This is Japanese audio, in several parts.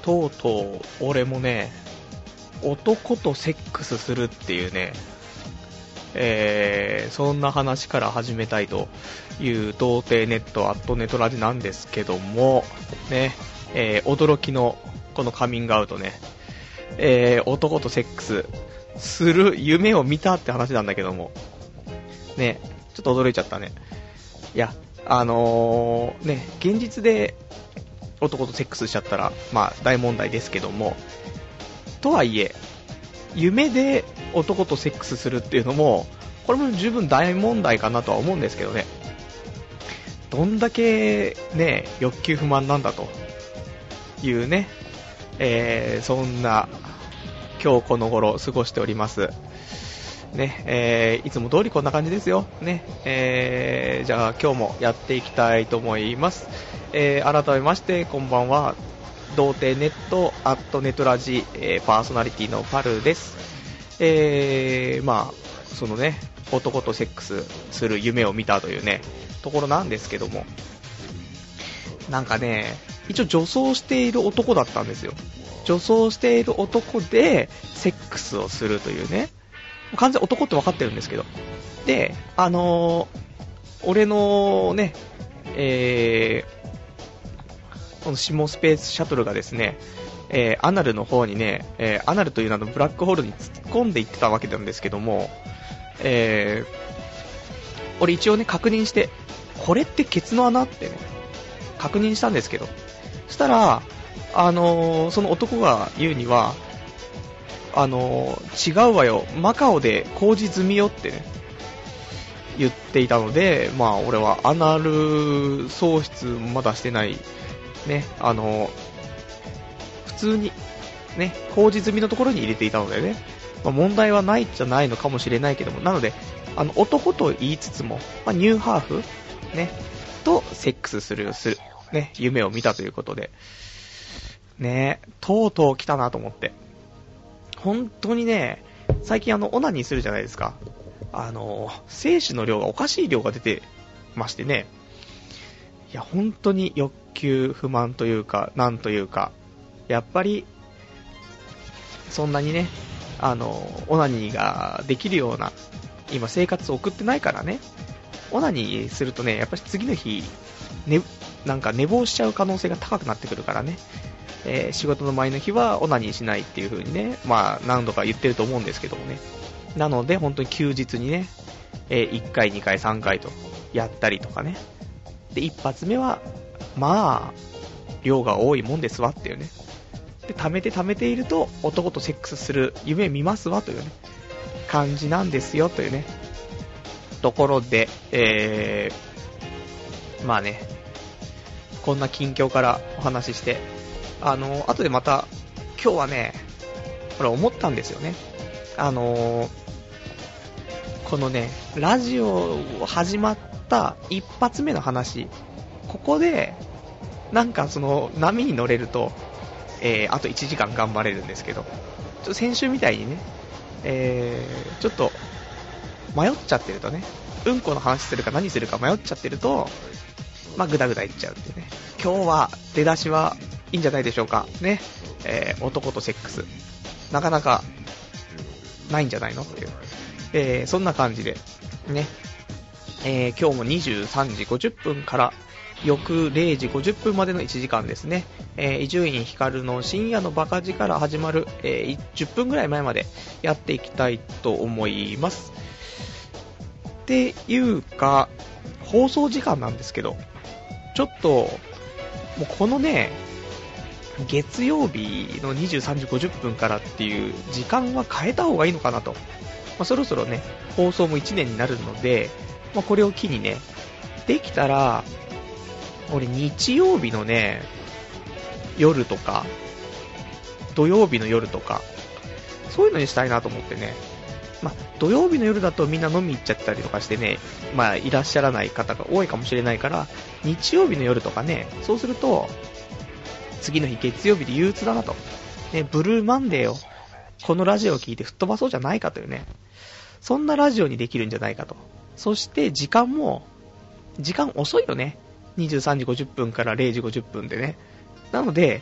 とうとう俺もね、男とセックスするっていうね、そんな話から始めたいという童貞ネットアットネトラジなんですけどもね、驚きのこのカミングアウトね、男とセックスする夢を見たって話なんだけどもね、ちょっと驚いちゃったね。いや、ね、現実で男とセックスしちゃったらまあ大問題ですけども、とはいえ夢で男とセックスするっていうのもこれも十分大問題かなとは思うんですけどね。どんだけね欲求不満なんだというね、そんな今日この頃過ごしておりますね。いつも通りこんな感じですよね。じゃあ今日もやっていきたいと思います。改めましてこんばんは、童貞ネットアットネトラジ、パーソナリティのパルです。まあそのね、男とセックスする夢を見たというねところなんですけども、なんかね、一応女装している男だったんですよ。女装している男でセックスをするというね、完全男って分かってるんですけど、で俺のね、この下スペースシャトルがですね、アナルの方にね、アナルという名のブラックホールに突っ込んでいってたわけなんですけども、俺一応ね確認して、これってケツの穴ってね確認したんですけど、そしたらその男が言うには違うわよ、マカオで工事済みよってね言っていたので、まあ俺はアナル喪失まだしてないね、普通にね工事済みのところに入れていたのでね、まあ、問題はないじゃないのかもしれないけども、なので男と言いつつも、まあ、ニューハーフねとセックスするね夢を見たということでね、とうとう来たなと思って、本当にね、最近オナニーするじゃないですか。精子の量がおかしい量が出てましてね、いや本当に欲求不満というかなんというか、やっぱりそんなにねオナニーができるような今生活を送ってないからね、オナニーするとねやっぱり次の日、ね、なんか寝坊しちゃう可能性が高くなってくるからね、仕事の前の日はオナニーしないっていう風にね、まあ何度か言ってると思うんですけどもね、なので本当に休日にね、1回2回3回とやったりとかね、で一発目はまあ量が多いもんですわっていうね、で貯めていると男とセックスする夢見ますわというね感じなんですよというねところで、まあね、こんな近況からお話しして、後でまた今日はねこれ思ったんですよね。このねラジオ始まった一発目の話、ここでなんかその波に乗れると、あと1時間頑張れるんですけど、ちょっと先週みたいにね、ちょっと迷っちゃってるとね、うんこの話するか何するか迷っちゃってると、まあグダグダいっちゃうってね。今日は出だしはいいんじゃないでしょうかね。男とセックスなかなかないんじゃないのっていう、そんな感じでね、今日も23時50分から翌0時50分までの1時間ですね、伊集院光の深夜のバカ力から始まる、10分ぐらい前までやっていきたいと思います。っていうか放送時間なんですけど、ちょっともうこのね月曜日の23時50分からっていう時間は変えた方がいいのかなと、まあ、そろそろね放送も1年になるので、まあ、これを機にねできたら俺日曜日のね夜とか土曜日の夜とかそういうのにしたいなと思ってね。まあ、土曜日の夜だとみんな飲み行っちゃったりとかしてね、まあいらっしゃらない方が多いかもしれないから、日曜日の夜とかね、そうすると次の日月曜日で憂鬱だなと、ね、ブルーマンデーをこのラジオを聞いて吹っ飛ばそうじゃないかというね、そんなラジオにできるんじゃないかと。そして時間遅いよね、23時50分から0時50分でね。なので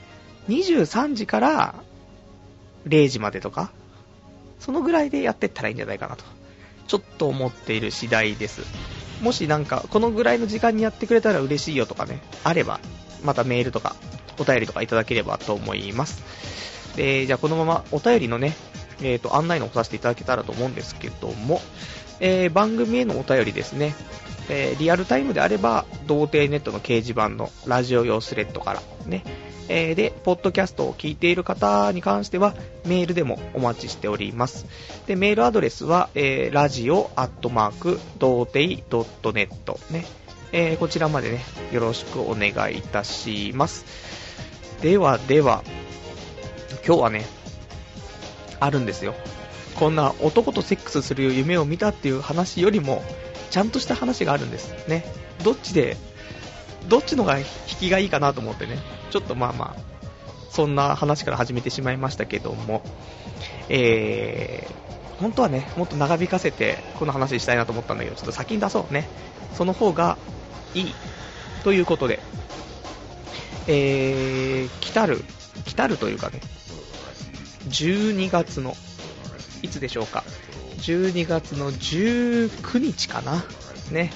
23時から0時までとか、そのぐらいでやってったらいいんじゃないかなと、ちょっと思っている次第です。もしなんか、このぐらいの時間にやってくれたら嬉しいよとかね、あれば、またメールとか、お便りとかいただければと思います。じゃあこのままお便りのね、案内の方させていただけたらと思うんですけども、番組へのお便りですね、リアルタイムであれば、童貞ネットの掲示板のラジオ用スレッドからね、で、ポッドキャストを聞いている方に関しては、メールでもお待ちしております。で、メールアドレスは、radio@doutei.net ね、こちらまでね、よろしくお願いいたします。では、今日はね、あるんですよ。こんな男とセックスする夢を見たっていう話よりも、ちゃんとした話があるんですね。どっちのが引きがいいかなと思ってね、ちょっとまあそんな話から始めてしまいましたけども、本当はね、もっと長引かせてこの話したいなと思ったんだけど、ちょっと先に出そうね。その方がいいということで、来たるというかね、12月のいつでしょうか、12月の19日かなね、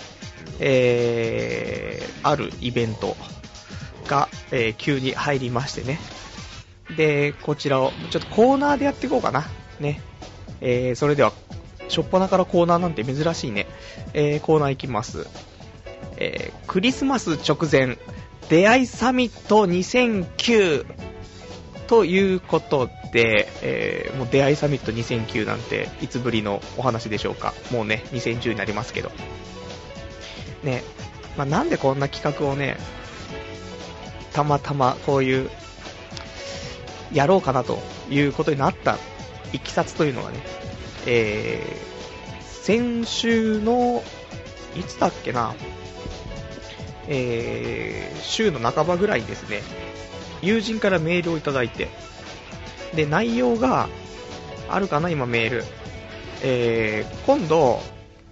あるイベントが、急に入りましてね。で、こちらをちょっとコーナーでやっていこうかなね。それでは初っ端からコーナーなんて珍しいね。コーナーいきます。クリスマス直前出会いサミット2009ということで、もう出会いサミット2009なんていつぶりのお話でしょうか。もうね、2010になりますけどね。なんでこんな企画をね、たまたまこういうやろうかなということになったいきさつというのがね、先週のいつだっけな、週の半ばぐらいにですね、友人からメールをいただいて、で内容があるかな、今メール、今度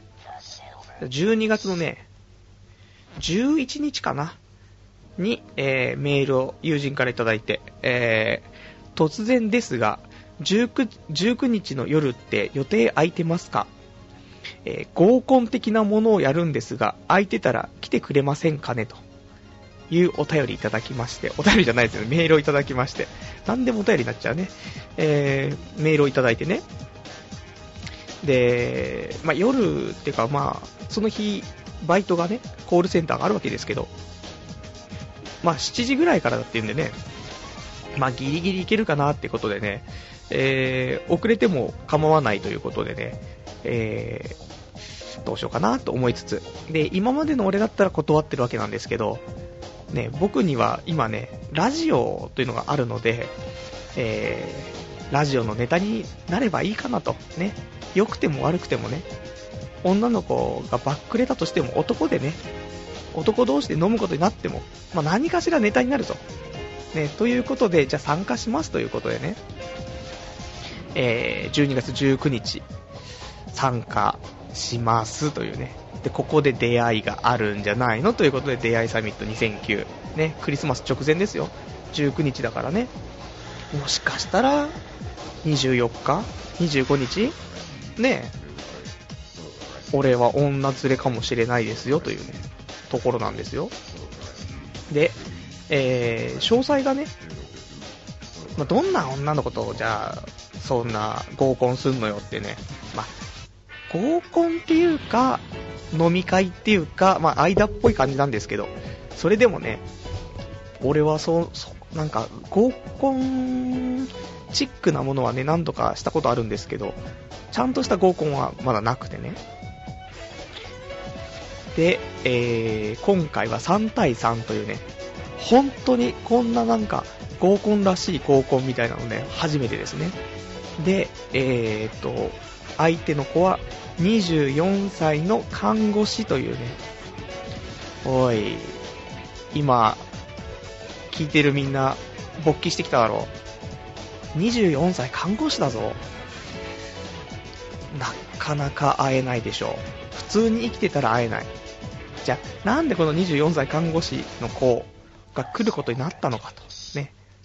12月のね11日かなに、メールを友人からいただいて、突然ですが19日の夜って予定空いてますか？合コン的なものをやるんですが、空いてたら来てくれませんかね、というお便りいただきまして、お便りじゃないですよね、メールをいただきまして、なんでもお便りになっちゃうね、メールをいただいてね。で、夜っていうか、その日バイトがね、コールセンターがあるわけですけど、7時ぐらいからだっていうんでね、ギリギリいけるかなってことでね、遅れても構わないということでね、どうしようかなと思いつつ、で今までの俺だったら断ってるわけなんですけどね、僕には今ねラジオというのがあるので、ラジオのネタになればいいかなとね、良くても悪くてもね、女の子がバックれたとしても男でね、男同士で飲むことになっても、何かしらネタになるとね、ということで、じゃあ参加しますということでね、12月19日参加しますというね。で、ここで出会いがあるんじゃないのということで、出会いサミット2009ね、クリスマス直前ですよ、19日だからね、もしかしたら24日25日ね、俺は女連れかもしれないですよというねところなんですよ。で、詳細がね、どんな女の子とじゃあそんな合コンすんのよってね、合コンっていうか飲み会っていうか、間っぽい感じなんですけど、それでもね、俺はなんか合コンチックなものはね何度かしたことあるんですけど、ちゃんとした合コンはまだなくてね。で、今回は3対3というね、本当にこんななんか合コンらしい合コンみたいなのね初めてですね。で、相手の子は24歳の看護師というね、おい、今聞いてるみんな勃起してきただろう。24歳看護師だぞ。なかなか会えないでしょう。普通に生きてたら会えない。じゃあなんでこの24歳看護師の子が来ることになったのかとね、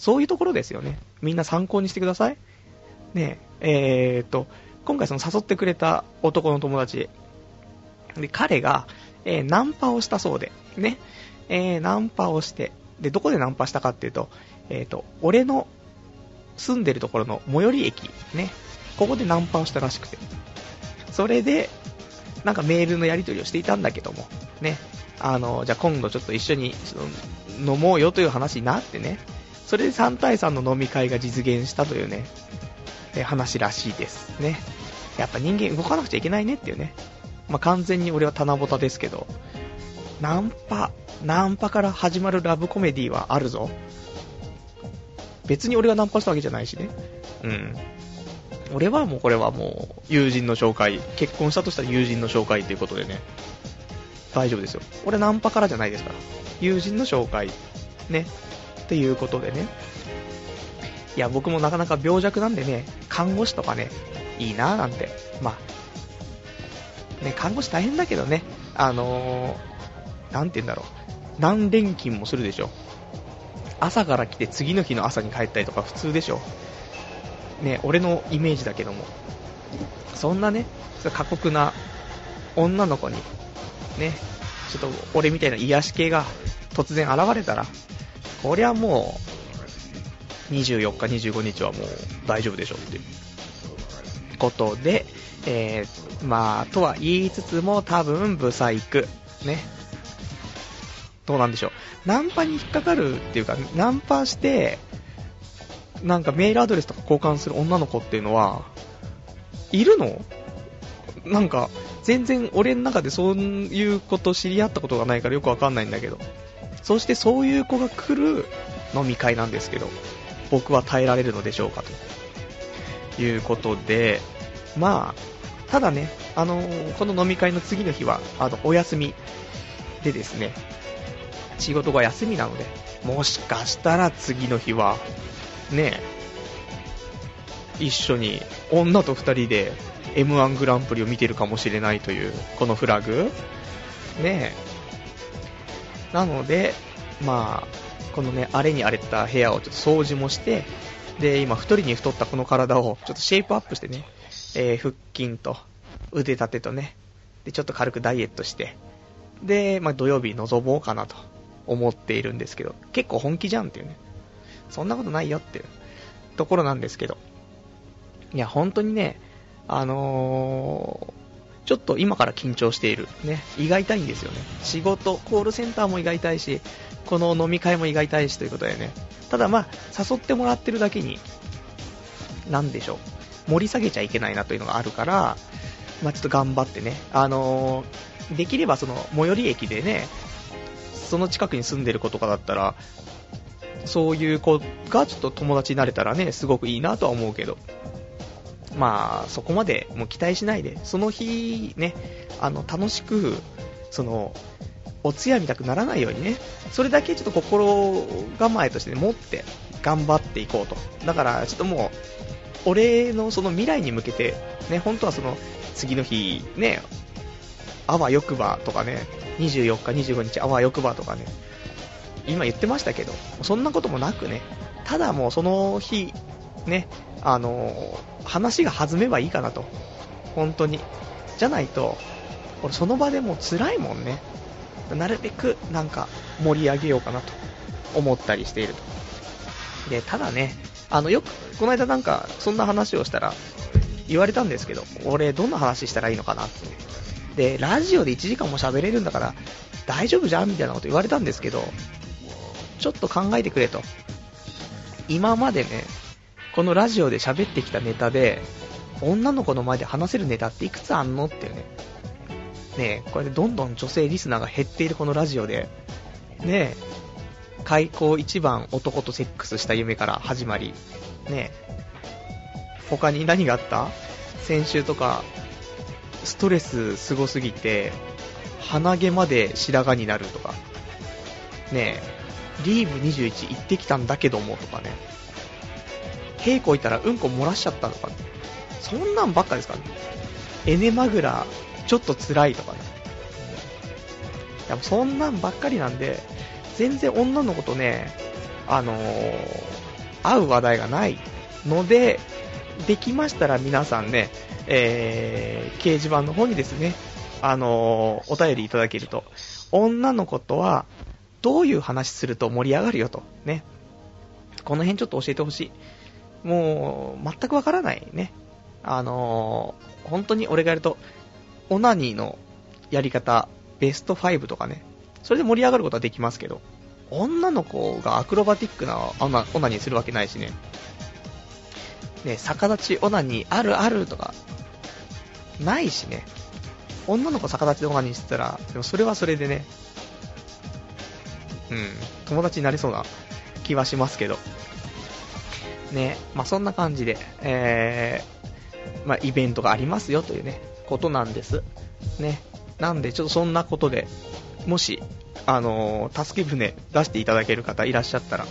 そういうところですよね。みんな参考にしてください。ね今回その誘ってくれた男の友達で、彼が、ナンパをしたそうで、ね、ナンパをして、で、どこでナンパしたかっていうと、俺の住んでるところの最寄り駅、ね、ここでナンパをしたらしくて、それで、なんかメールのやり取りをしていたんだけども、ね、じゃあ今度ちょっと一緒に飲もうよという話になってね、それで3対3の飲み会が実現したというね、話らしいですね。やっぱ人間動かなくちゃいけないねっていうね。まあ、完全に俺は棚ぼたですけど、ナンパから始まるラブコメディはあるぞ。別に俺がナンパしたわけじゃないしね。うん。俺はもうこれはもう友人の紹介、結婚したとしたら友人の紹介ということでね、大丈夫ですよ。俺ナンパからじゃないですから。友人の紹介ねっていうことでね。いや僕もなかなか病弱なんでね、看護師とかねいいなーなんて。まあね、看護師大変だけどね、なんて言うんだろう、何連勤もするでしょ。朝から来て次の日の朝に帰ったりとか普通でしょね。俺のイメージだけども、そんなね過酷な女の子にね、ちょっと俺みたいな癒し系が突然現れたら、こりゃもう24日25日はもう大丈夫でしょっていうことで、まあとは言いつつも多分ブサイクね。どうなんでしょう、ナンパに引っかかるっていうか、ナンパしてなんかメールアドレスとか交換する女の子っていうのはいるの？なんか全然俺の中でそういうこと知り合ったことがないからよくわかんないんだけど、そしてそういう子が来る飲み会なんですけど、僕は耐えられるのでしょうかということで、まあただね、この飲み会の次の日はお休みでですね、仕事が休みなので、もしかしたら次の日はね一緒に女と二人で M1 グランプリを見てるかもしれないというこのフラグねえ。なのでまあこのね荒れに荒れた部屋をちょっと掃除もして、で今太りに太ったこの体をちょっとシェイプアップしてね、腹筋と腕立てとね、でちょっと軽くダイエットして、でまあ土曜日臨もうかなと思っているんですけど、結構本気じゃんっていうね、そんなことないよっていうところなんですけど、いや本当にね、ちょっと今から緊張しているね、胃が痛いんですよね。仕事コールセンターも胃が痛いし、この飲み会も胃が痛いしということでね、ただまあ誘ってもらってるだけになんでしょう、盛り下げちゃいけないなというのがあるから、まあちょっと頑張ってね、できればその最寄り駅でね、その近くに住んでる子とかだったら、そういう子がちょっと友達になれたらね、すごくいいなとは思うけど、まあそこまでもう期待しないで、その日ね、楽しくそのお通夜みたくならないようにね、それだけちょっと心構えとして、ね、持って頑張っていこうと。だからちょっともう俺のその未来に向けてね、本当はその次の日ね、あわよくばとかね、24日25日あわよくばとかね、今言ってましたけど、そんなこともなくね、ただもうその日ね、話が弾めばいいかなと、本当に。じゃないと俺その場でもう辛いもんね。なるべくなんか盛り上げようかなと思ったりしていると。でただね、よくこの間なんかそんな話をしたら言われたんですけど、俺どんな話したらいいのかなって。でラジオで1時間も喋れるんだから大丈夫じゃんみたいなこと言われたんですけど、ちょっと考えてくれと。今までね、このラジオで喋ってきたネタで女の子の前で話せるネタっていくつあんのっていうね。ねえ、これでどんどん女性リスナーが減っているこのラジオでねえ、開口一番男とセックスした夢から始まりねえ、他に何があった？先週とかストレスすごすぎて鼻毛まで白髪になるとかねえ、リーブ21行ってきたんだけどもとかね、稽古行ったらうんこ漏らしちゃったとか、ね、そんなんばっかですからね。エネマグラちょっと辛いとかね、やっぱそんなんばっかりなんで、全然女の子とね、 合う話題がないので、できましたら皆さんね、掲示板の方にですね、お便りいただけると、女の子とはどういう話すると盛り上がるよとね、この辺ちょっと教えてほしい。もう全くわからないね。本当に俺がやるとオナニーのやり方ベスト5とかね、それで盛り上がることはできますけど、女の子がアクロバティックなオナニーするわけないしね。ね、逆立ちオナニーあるあるとかないしね。女の子逆立ちでオナニーしてたら、でもそれはそれでね、友達になりそうな気はしますけどね。まあそんな感じで、まあイベントがありますよというねことなんですね。なんでちょっとそんなことで、もし助け舟出していただける方いらっしゃったら、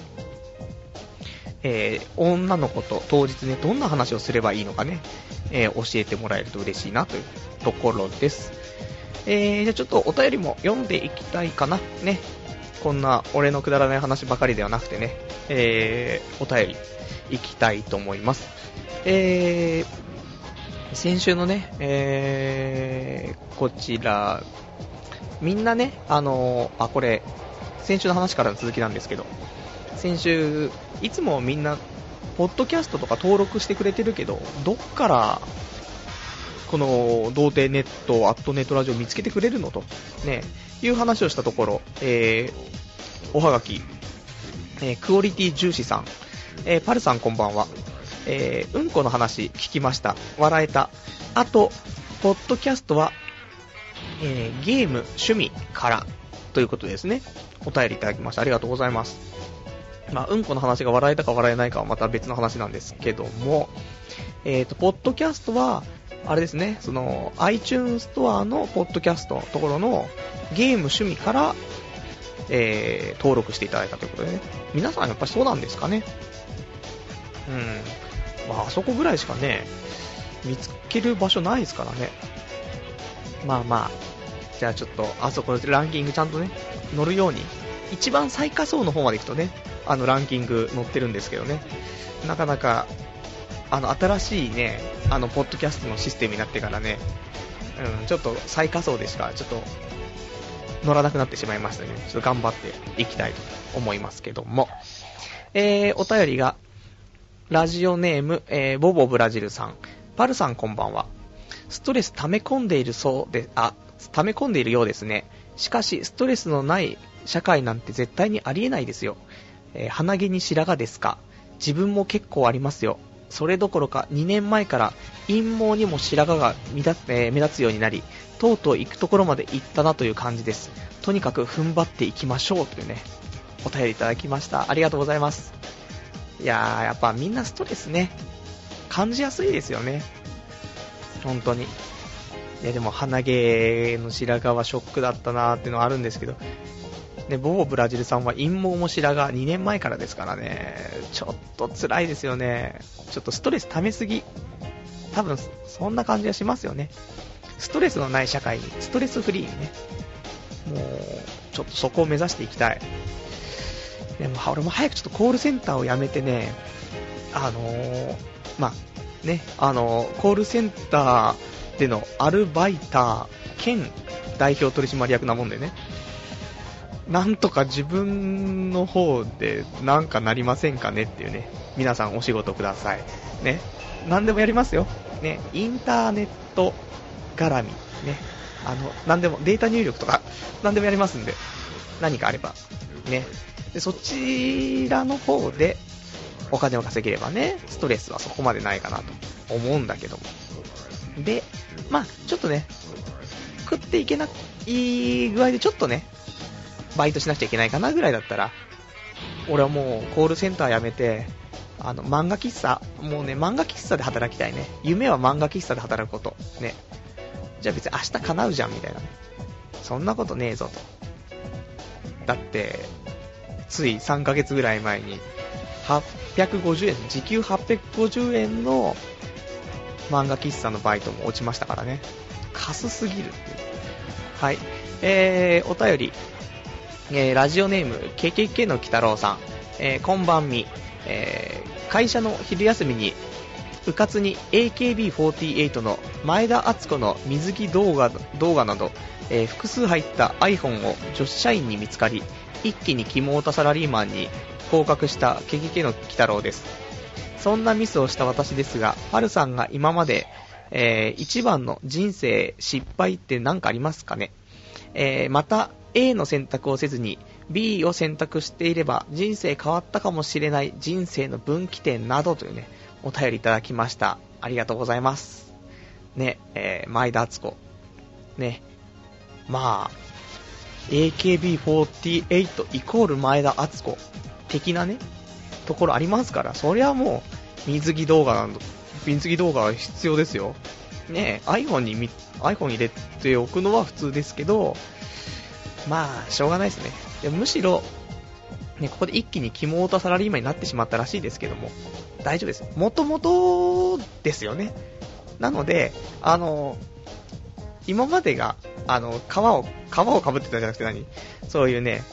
女の子と当日ねどんな話をすればいいのかね、教えてもらえると嬉しいなというところです。じゃあちょっとお便りも読んでいきたいかなね。こんな俺のくだらない話ばかりではなくてね、お便りいきたいと思います。先週のね、こちらみんなね、これ先週の話からの続きなんですけど、先週いつもみんなポッドキャストとか登録してくれてるけど、どっからこの童貞ネットアットネットラジオ見つけてくれるのとねいう話をしたところ、おはがき、クオリティ重視さん、パルさんこんばんは、うんこの話聞きました、笑えた、あとポッドキャストは、ゲーム趣味からということですね。お便りいただきましたありがとうございます。まあうんこの話が笑えたか笑えないかはまた別の話なんですけども、ポッドキャストはあれですね、その iTunes ストアのポッドキャストのところのゲーム趣味から、登録していただいたということでね、皆さんやっぱりそうなんですかね。まああそこぐらいしかね見つける場所ないですからね。まあまあ、じゃあちょっとあそこでランキングちゃんとね乗るように、一番最下層の方まで行くとねランキング載ってるんですけどね、なかなか新しいねポッドキャストのシステムになってからね、ちょっと最下層でしかちょっと乗らなくなってしまいましたね。ちょっと頑張っていきたいと思いますけども、お便りがラジオネーム、ボボブラジルさん、パルさんこんばんは。ストレス溜め込んでいる溜め込んでいるようですね。しかしストレスのない社会なんて絶対にありえないですよ。鼻毛に白髪ですか。自分も結構ありますよ。それどころか2年前から陰毛にも白髪が目立つようになり、とうとう行くところまで行ったなという感じです。とにかく踏ん張っていきましょうというねお便りいただきました。ありがとうございます。いやー、やっぱみんなストレスね感じやすいですよね、本当に。でも鼻毛の白髪はショックだったなーっていうのはあるんですけどね、ボボブラジルさんは陰毛も白髪2年前からですからね、ちょっと辛いですよね。ちょっとストレス溜めすぎ、多分そんな感じがしますよね。ストレスのない社会に、ストレスフリーにね、もうちょっとそこを目指していきたい。でも俺も早くちょっとコールセンターをやめてね、まあね、コールセンターでのアルバイター兼代表取締役なもんでね、なんとか自分の方でなんかなりませんかねっていうね、皆さんお仕事くださいね。何でもやりますよね。インターネット絡みね、何でもデータ入力とか何でもやりますんで、何かあればね。でそちらの方でお金を稼げればね、ストレスはそこまでないかなと思うんだけども。で、まあちょっとね、食っていけない具合でちょっとねバイトしなくちゃいけないかなぐらいだったら、俺はもうコールセンターやめて漫画喫茶、もうね漫画喫茶で働きたいね。夢は漫画喫茶で働くことね。じゃあ別に明日叶うじゃんみたいな、そんなことねえぞと。だってつい3ヶ月ぐらい前に850円、時給850円の漫画喫茶のバイトも落ちましたからね。カスすぎるっていう。はい、お便り、ラジオネーム KKK の鬼太郎さん、こんばんみ。 会社の昼休みにうかつに AKB48 の前田敦子の水着動画など、複数入った iPhone を女子社員に見つかり、一気にキモオタサラリーマンに降格したケケケの鬼太郎です。そんなミスをした私ですが、パルさんが今まで、一番の人生失敗って何かありますかね。また A の選択をせずに B を選択していれば人生変わったかもしれない人生の分岐点などというね、お便りいただきました。ありがとうございます。ね、前田敦子。ね、まあ、AKB48 イコール前田敦子的なね、ところありますから、そりゃもう、水着動画は必要ですよ。ね、iPhone に入れておくのは普通ですけど、まあ、しょうがないですね。でむしろ、ね、ここで一気にキモオタサラリーマンになってしまったらしいですけども、大丈夫です。もともとですよね。なので、今までが、皮をかぶってたじゃなくてそういうね、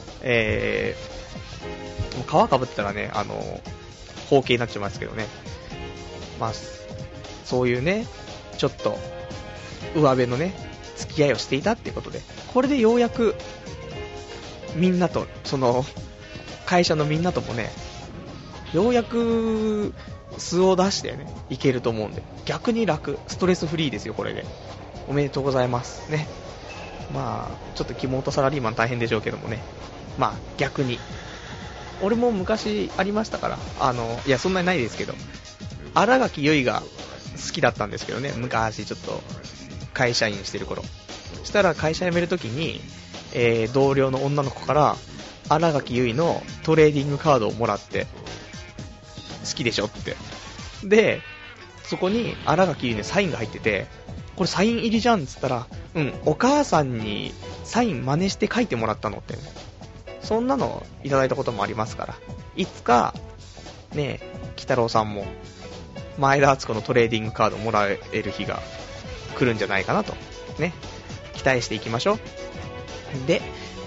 皮かぶってたらね、包茎になっちゃいますけどね。まあ、そういうね、ちょっと、上辺のね、付き合いをしていたっていうことで、これでようやく、みんなと、会社のみんなともね、ようやく素を出してね、いけると思うんで、逆に楽、ストレスフリーですよ、これで。おめでとうございますね。まあちょっとキモオタサラリーマン大変でしょうけどもね、まあ逆に俺も昔ありましたから、いやそんなにないですけど、新垣結衣が好きだったんですけどね、昔ちょっと会社員してる頃。そしたら会社辞めるときに、同僚の女の子から新垣結衣のトレーディングカードをもらって、好きでしょって。で、そこに新垣結衣のサインが入ってて、これサイン入りじゃんっつったら、お母さんにサイン真似して書いてもらったのってね、そんなのいただいたこともありますから、いつかね、鬼太郎さんも前田敦子のトレーディングカードもらえる日が来るんじゃないかなとね、期待していきましょう。で、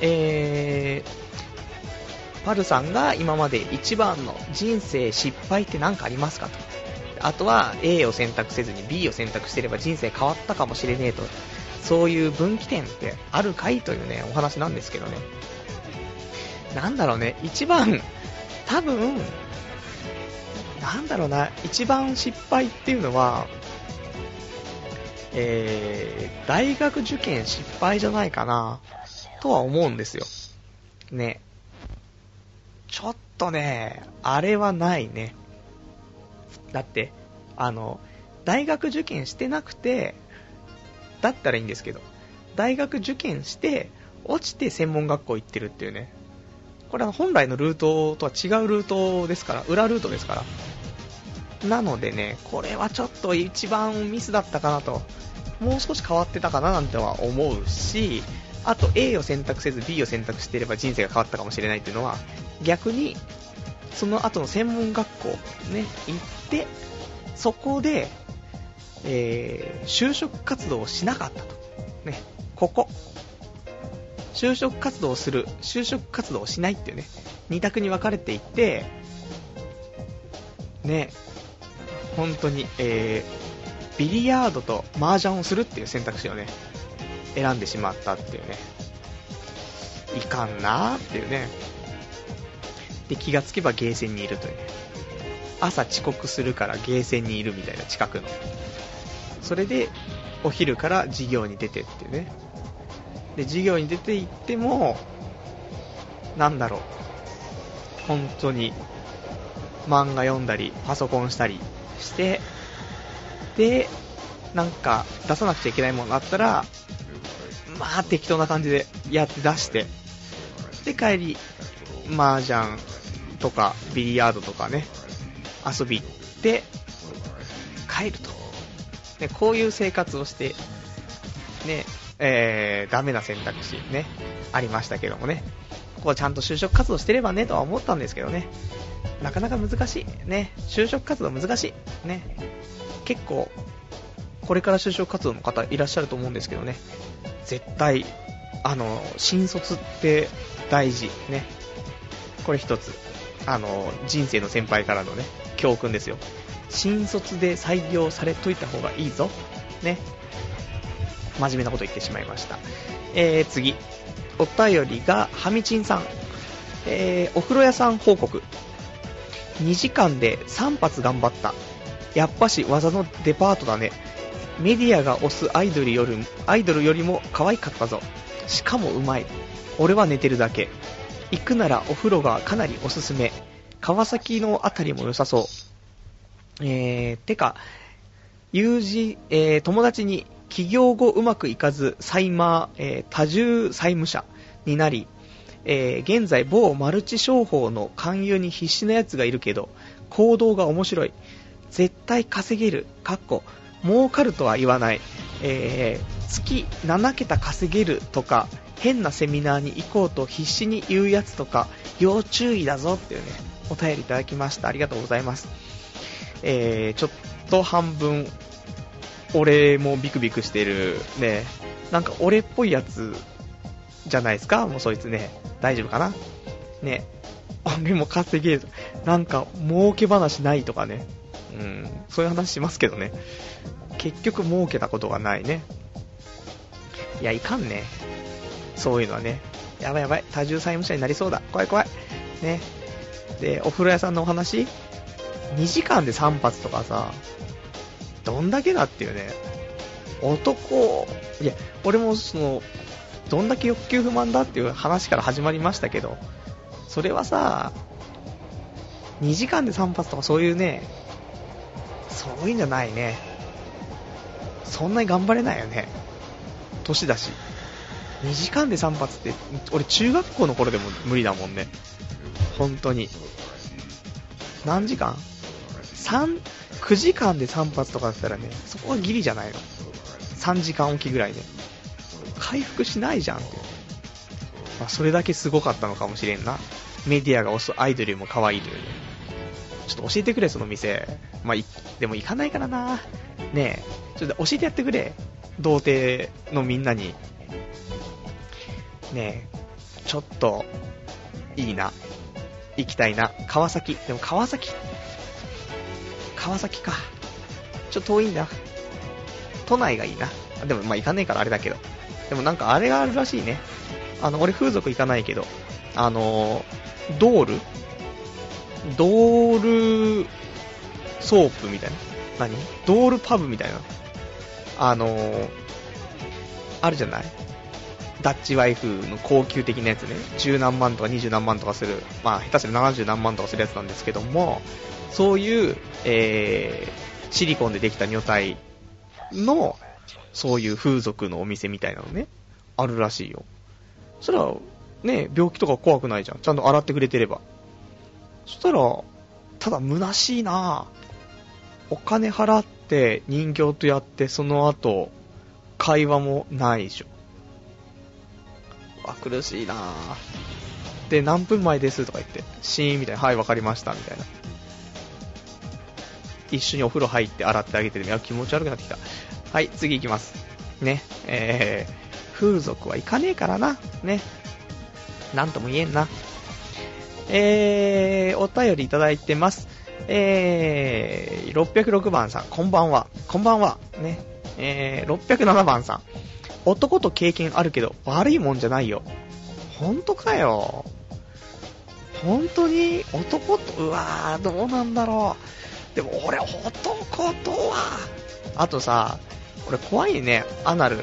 パルさんが今まで一番の人生失敗って何かありますかと。あとは A を選択せずに B を選択していれば人生変わったかもしれねえと、そういう分岐点ってあるかいというね、お話なんですけどね。なんだろうね、一番多分なんだろうな、一番失敗っていうのは、大学受験失敗じゃないかなとは思うんですよね。ちょっとね、あれはないね。だって大学受験してなくてだったらいいんですけど、大学受験して落ちて専門学校行ってるっていうね、これは本来のルートとは違うルートですから、裏ルートですから。なのでね、これはちょっと一番ミスだったかなと、もう少し変わってたかななんては思うし、あと A を選択せず B を選択していれば人生が変わったかもしれないっていうのは、逆にその後の専門学校ね行ってそこで、就職活動をしなかったとね、ここ就職活動をする、就職活動をしないっていうね、二択に分かれていってね、本当に、ビリヤードと麻雀をするっていう選択肢をね選んでしまったっていうね、いかんなーっていうね。で気がつけばゲーセンにいるというね、朝遅刻するからゲーセンにいるみたいな、近くの。それでお昼から授業に出てっていうね。で授業に出て行ってもなんだろう、本当に漫画読んだりパソコンしたりして、でなんか出さなくちゃいけないものがあったらまあ適当な感じでやって出して、で帰り麻雀とかビリヤードとかね遊び行って帰ると、ね、こういう生活をしてね、ダメな選択肢ねありましたけどもね、ここちゃんと就職活動してればねとは思ったんですけどね、なかなか難しいね、就職活動難しいね。結構これから就職活動の方いらっしゃると思うんですけどね、絶対新卒って大事ね。これ一つ人生の先輩からのね、教訓ですよ。新卒で採用されといた方がいいぞ。ね。真面目なこと言ってしまいました。次。お便りが、はみちんさん。お風呂屋さん報告。2時間で3発頑張った。やっぱし技のデパートだね。メディアが推すアイドルよりも可愛かったぞ。しかもうまい。俺は寝てるだけ。行くならお風呂がかなりおすすめ。川崎のあたりも良さそう。てか、友達に起業後うまくいかず多重債務者になり、現在某マルチ商法の勧誘に必死なやつがいるけど、行動が面白い。絶対稼げる。儲かるとは言わない。月7桁稼げるとか、変なセミナーに行こうと必死に言うやつとか、要注意だぞっていうね、お便りいただきました。ありがとうございます。ちょっと半分、俺もビクビクしてるね、なんか俺っぽいやつじゃないですか、もうそいつね。大丈夫かなね。俺も稼げる。なんか儲け話ないとかね。そういう話しますけどね。結局儲けたことがないね。いや、いかんね。そういうのはね。やばいやばい。多重債務者になりそうだ。怖い怖い。ね。で、お風呂屋さんのお話 ?2 時間で3発とかさ、どんだけだっていうね。いや、俺もどんだけ欲求不満だっていう話から始まりましたけど、それはさ、2時間で3発とかそういうね、そういうんじゃないね。そんなに頑張れないよね。年だし。2時間で3発って、俺中学校の頃でも無理だもんね。本当に。何時間 ?9 時間で3発とかだったらね、そこはギリじゃないの。3時間おきぐらいね。回復しないじゃんって。まあ、それだけすごかったのかもしれんな。メディアが推すアイドルよりも可愛いというね。ちょっと教えてくれ、その店。まあ、でも行かないからな。ねえ、ちょっと教えてやってくれ。童貞のみんなに。ねえ、ちょっと、いいな。行きたいな。川崎。でも川崎か。ちょっと遠いんだ。都内がいいな。でもまあ行かねえからあれだけど。でもなんかあれがあるらしいね。俺風俗行かないけど、ドールソープみたいな。ドールパブみたいな。あるじゃない？ダッチワイフの高級的なやつね。10何万とか20何万とかする。まあ、下手する70何万とかするやつなんですけども、そういう、シリコンでできた女体の、そういう風俗のお店みたいなのね、あるらしいよ。そしたら、ね、病気とか怖くないじゃん。ちゃんと洗ってくれてれば。そしたら、ただ虚しいな。お金払って人形とやって、その後、会話もないでしょ。苦しいな。で、何分前ですとか言って、シーンみたいな、はい、わかりました、みたいな。一緒にお風呂入って洗ってあげてる。いや、気持ち悪くなってきた。はい、次行きます。ね、風俗は行かねえからな。ね。なんとも言えんな。お便りいただいてます。606番さん、こんばんは。こんばんは。ね。607番さん、男と経験あるけど悪いもんじゃないよ。ほんとかよ。本当に男と、どうなんだろう。でも俺男とは、あとさ、俺怖いね。アナル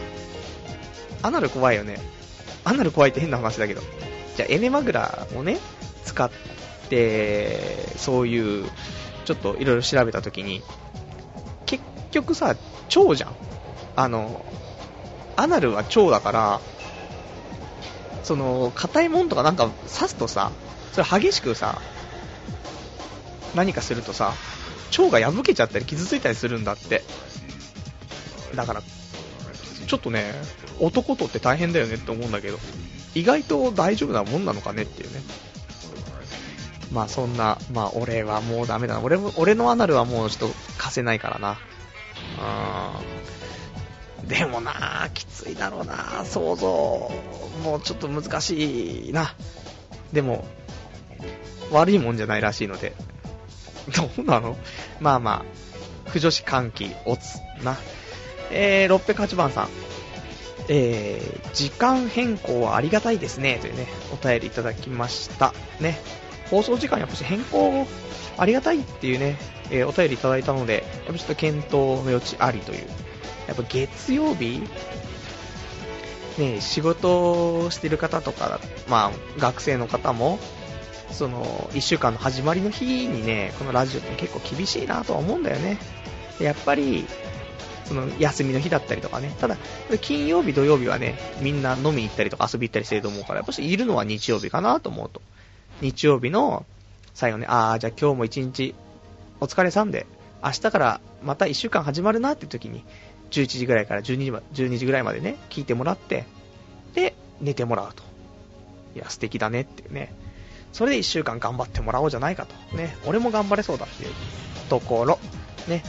怖いよね。アナル怖いって変な話だけど、じゃあエネマグラをね使ってそういうちょっといろいろ調べたときに、結局さ、腸じゃん。アナルは腸だから、その硬いもんとかなんか刺すとさ、それ激しくさ、何かするとさ、腸が破けちゃったり傷ついたりするんだって。だからちょっとね、男とって大変だよねって思うんだけど、意外と大丈夫なもんなのかねっていうね。まあそんな、まあ俺はもうダメだな。俺のアナルはもうちょっと貸せないからな。でもな、きついだろうな、想像もうちょっと難しいな。でも悪いもんじゃないらしいので。どうなの？まあまあ、不女子歓喜、おつ、な。608番さん。時間変更はありがたいですね。というね、お便りいただきました。ね。放送時間やっぱし変更ありがたいっていうね、お便りいただいたので、やっぱちょっと検討の余地ありという。やっぱ月曜日ね、仕事をしてる方とか、まあ学生の方も、その1週間の始まりの日にね、このラジオって結構厳しいなとは思うんだよね。やっぱりその休みの日だったりとかね。ただ金曜日土曜日はね、みんな飲みに行ったりとか遊び行ったりしてると思うから、やっぱしいるのは日曜日かなと思うと、日曜日の最後ね、じゃあ今日も一日お疲れさんで、明日からまた1週間始まるなって時に11時ぐらいから12時ぐらいまでね、聞いてもらって、で寝てもらうと。いや素敵だねっていうね。それで1週間頑張ってもらおうじゃないかとね。俺も頑張れそうだっていうところね。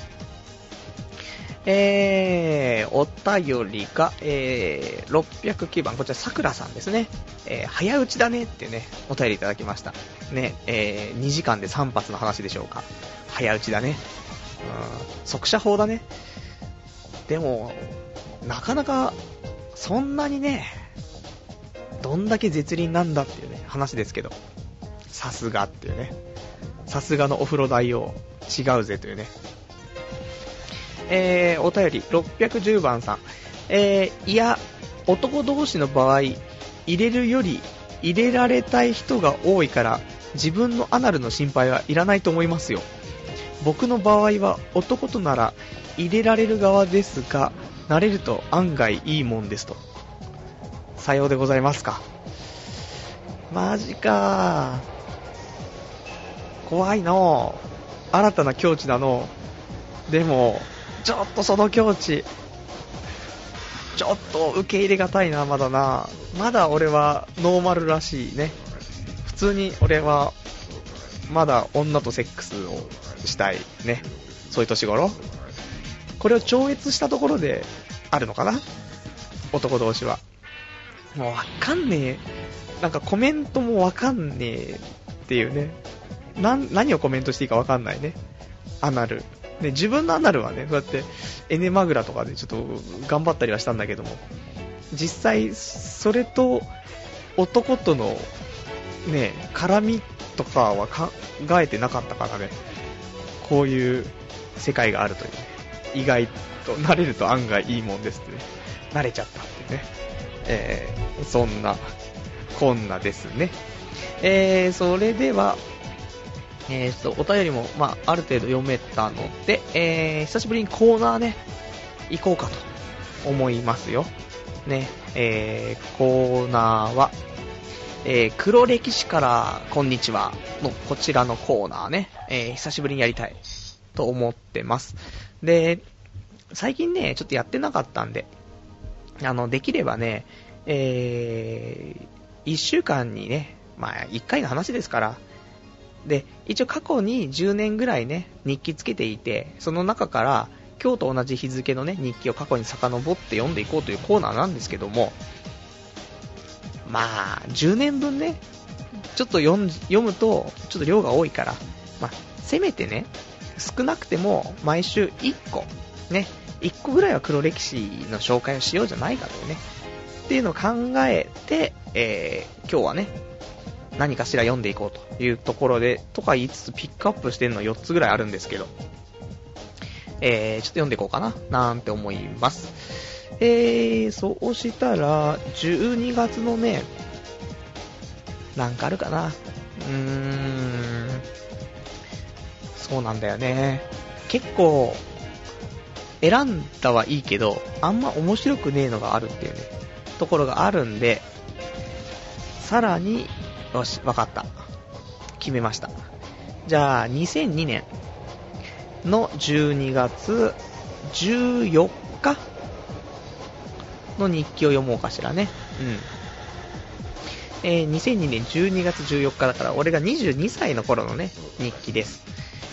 お便りが、609番、こちらさくらさんですね。早打ちだねっていうね、お便りいただきましたね。2時間で3発の話でしょうか。早打ちだね。速射砲だね。でもなかなかそんなにね、どんだけ絶倫なんだっていうね話ですけど、さすがっていうね、さすがのお風呂代を違うぜというね。お便り610番さん、いや男同士の場合、入れるより入れられたい人が多いから自分のアナルの心配はいらないと思いますよ。僕の場合は男となら入れられる側ですが、慣れると案外いいもんですと。さようでございますか。マジか、怖いの、新たな境地なの。でもちょっとその境地ちょっと受け入れがたいな。まだな、まだ俺はノーマルらしいね。普通に俺はまだ女とセックスをしたいね。そういう年頃、これを超越したところであるのかな、男同士は。もうわかんねえ、なんかコメントもわかんねえっていうね。何をコメントしていいかわかんないね。アナルね、自分のアナルはね、そうやってエネマグラとかでちょっと頑張ったりはしたんだけども、実際それと男とのね絡みとかは考えてなかったからね。こういう世界があるという、意外と慣れると案外いいもんですってね、慣れちゃったってね、そんなこんなですね。それではお便りも、ある程度読めたので、久しぶりにコーナーね、行こうかと思いますよ。ね、コーナーは、黒歴史からこんにちはのこちらのコーナーね、久しぶりにやりたいと思ってます。で、最近ね、ちょっとやってなかったんで、できればね、1週間にね、1回の話ですから、で一応過去に10年ぐらいね日記つけていて、その中から今日と同じ日付のね日記を過去に遡って読んでいこうというコーナーなんですけども、10年分ねちょっと読むとちょっと量が多いから、せめてね少なくても毎週1個ね、1個ぐらいは黒歴史の紹介をしようじゃないかというねっていうのを考えて、今日はね何かしら読んでいこうというところで、とか言いつつピックアップしてるの4つぐらいあるんですけど、ちょっと読んでいこうかななんて思います。そうしたら12月のね、なんかあるかな。そうなんだよね。結構選んだはいいけど、あんま面白くねえのがあるっていうねところがあるんで、さらによし、わかった。決めました。じゃあ、2002年の12月14日の日記を読もうかしらね。2002年12月14日だから、俺が22歳の頃のね、日記です。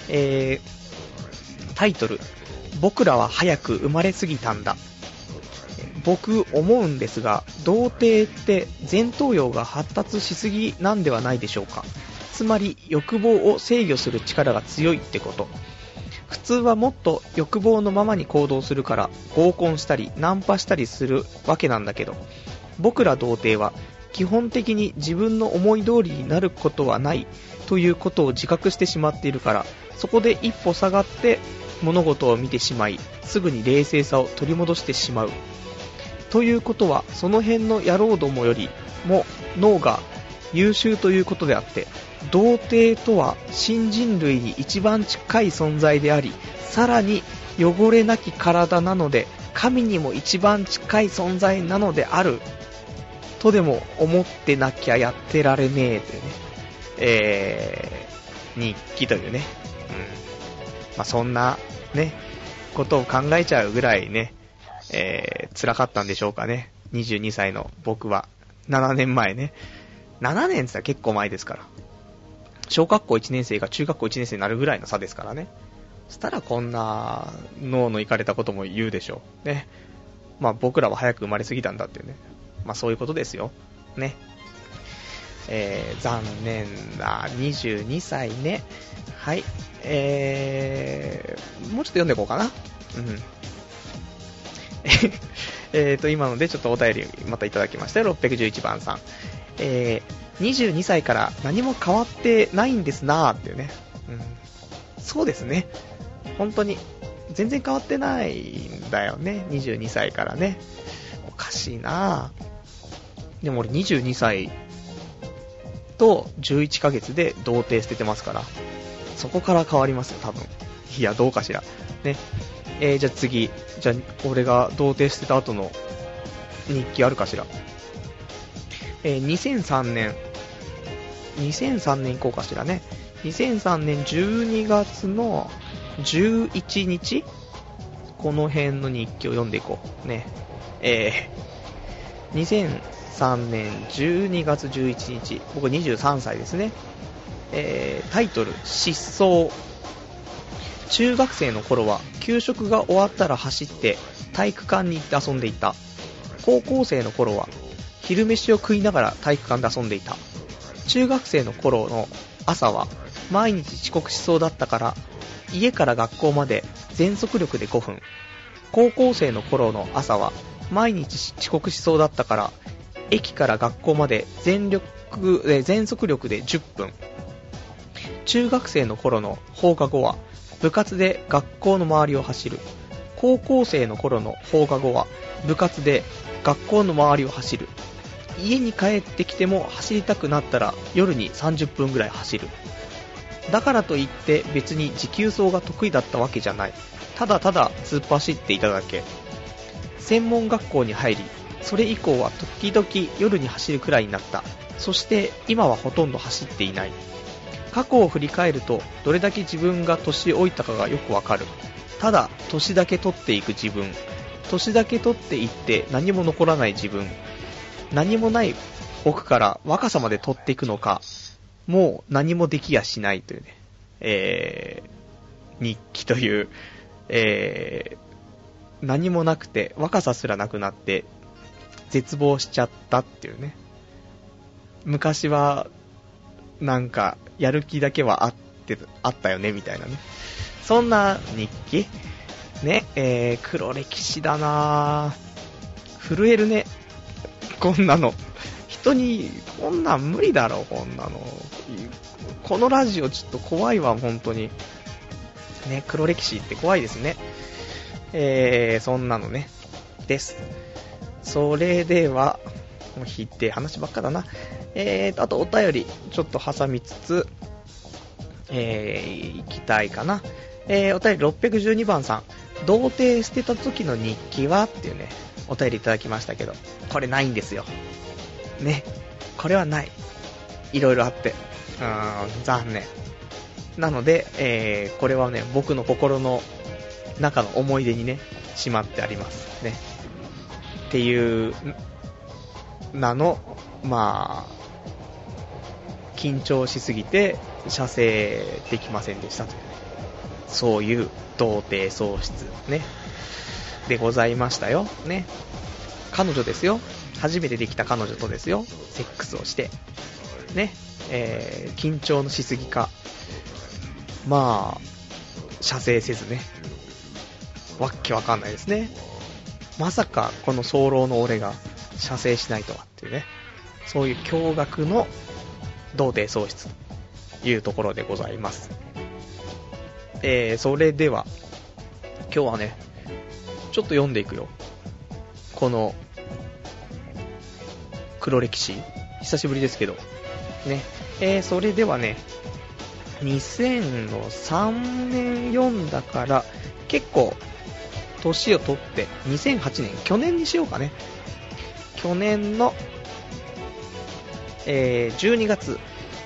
タイトル、僕らは早く生まれすぎたんだ。僕思うんですが、童貞って前頭葉が発達しすぎなんではないでしょうか。 つまり欲望を制御する力が強いってこと。普通はもっと欲望のままに行動するから合コンしたりナンパしたりするわけなんだけど、僕ら童貞は基本的に自分の思い通りになることはないということを自覚してしまっているから、そこで一歩下がって物事を見てしまい、すぐに冷静さを取り戻してしまう。ということは、その辺の野郎どもよりも脳が優秀ということであって、童貞とは新人類に一番近い存在であり、さらに汚れなき体なので神にも一番近い存在なのであるとでも思ってなきゃやってられねえというね、日記というね、まあ、そんなねことを考えちゃうぐらいね、辛かったんでしょうかね。22歳の僕は7年前ね、7年って言ったら結構前ですから、小学校1年生が中学校1年生になるぐらいの差ですからね。そしたらこんな脳のいかれたことも言うでしょうね。まあ僕らは早く生まれすぎたんだっていうね、まあそういうことですよね。残念な22歳ね。はい、もうちょっと読んでいこうかな。今のでちょっとお便りまたいただきましたよ。611番さん、22歳から何も変わってないんですなーっていうね、そうですね、本当に全然変わってないんだよね。22歳からね、おかしいな。でも俺22歳と11ヶ月で童貞捨ててますから、そこから変わりますよ多分。いやどうかしらね。じゃあ次、じゃあ俺が童貞捨てた後の日記あるかしら。2003年行こうかしらね。2003年12月の11日、この辺の日記を読んでいこうね。2003年12月11日、僕23歳ですね。タイトル、失踪。中学生の頃は給食が終わったら走って体育館に行って遊んでいた。高校生の頃は昼飯を食いながら体育館で遊んでいた。中学生の頃の朝は毎日遅刻しそうだったから家から学校まで全速力で5分。高校生の頃の朝は毎日遅刻しそうだったから駅から学校まで全速力で10分。中学生の頃の放課後は部活で学校の周りを走る。高校生の頃の放課後は部活で学校の周りを走る。家に帰ってきても走りたくなったら夜に30分ぐらい走る。だからといって別に持久走が得意だったわけじゃない。ただただ突っ走っていただけ。専門学校に入り、それ以降は時々夜に走るくらいになった。そして今はほとんど走っていない。過去を振り返るとどれだけ自分が年老いたかがよくわかる。ただ年だけ取っていく自分、年だけ取っていって何も残らない自分、何もない僕から若さまで取っていくのか、もう何もできやしないというね、日記という、何もなくて若さすらなくなって絶望しちゃったっていうね。昔はなんかやる気だけはあったよねみたいなね、そんな日記ね。黒歴史だなぁ。震えるね、こんなの。人にこんなん無理だろ、こんなの。このラジオちょっと怖いわ、本当にね。黒歴史って怖いですね。そんなのねです。それではもうひって話ばっかだな。あとお便りちょっと挟みつつ、行きたいかな。お便り612番さん、童貞捨てた時の日記はっていうね、お便りいただきましたけど、これないんですよね。これはない。いろいろあって残念なので、これはね、僕の心の中の思い出にねしまってありますねっていうまあ緊張しすぎて射精できませんでしたという、そういう童貞喪失ねでございましたよね。彼女ですよ、初めてできた彼女とですよ、セックスをしてね。 緊張のしすぎか、まあ射精せずね、わっけわかんないですね。まさかこの早漏の俺が射精しないとはっていうね、そういう驚愕の童貞喪失というところでございます。それでは今日はね、ちょっと読んでいくよ。この黒歴史、久しぶりですけどね。それではね、2003年読んだから結構年を取って2008年、去年にしようかね。去年の、12月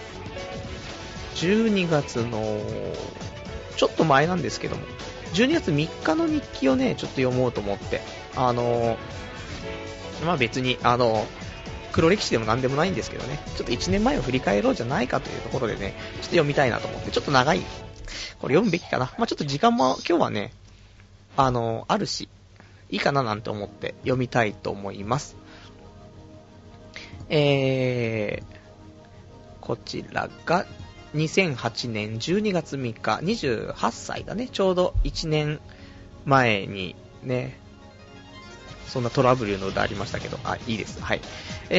のちょっと前なんですけども、12月3日の日記をねちょっと読もうと思って、まあ別に黒歴史でもなんでもないんですけどね、ちょっと1年前を振り返ろうじゃないかというところでね、ちょっと読みたいなと思って、ちょっと長い、これ読むべきかな。まあちょっと時間も今日はね、あるし、いいかななんて思って読みたいと思います。こちらが2008年12月3日、28歳だね。ちょうど1年前にね、そんなトラブルの歌ありましたけど、いいです。はい。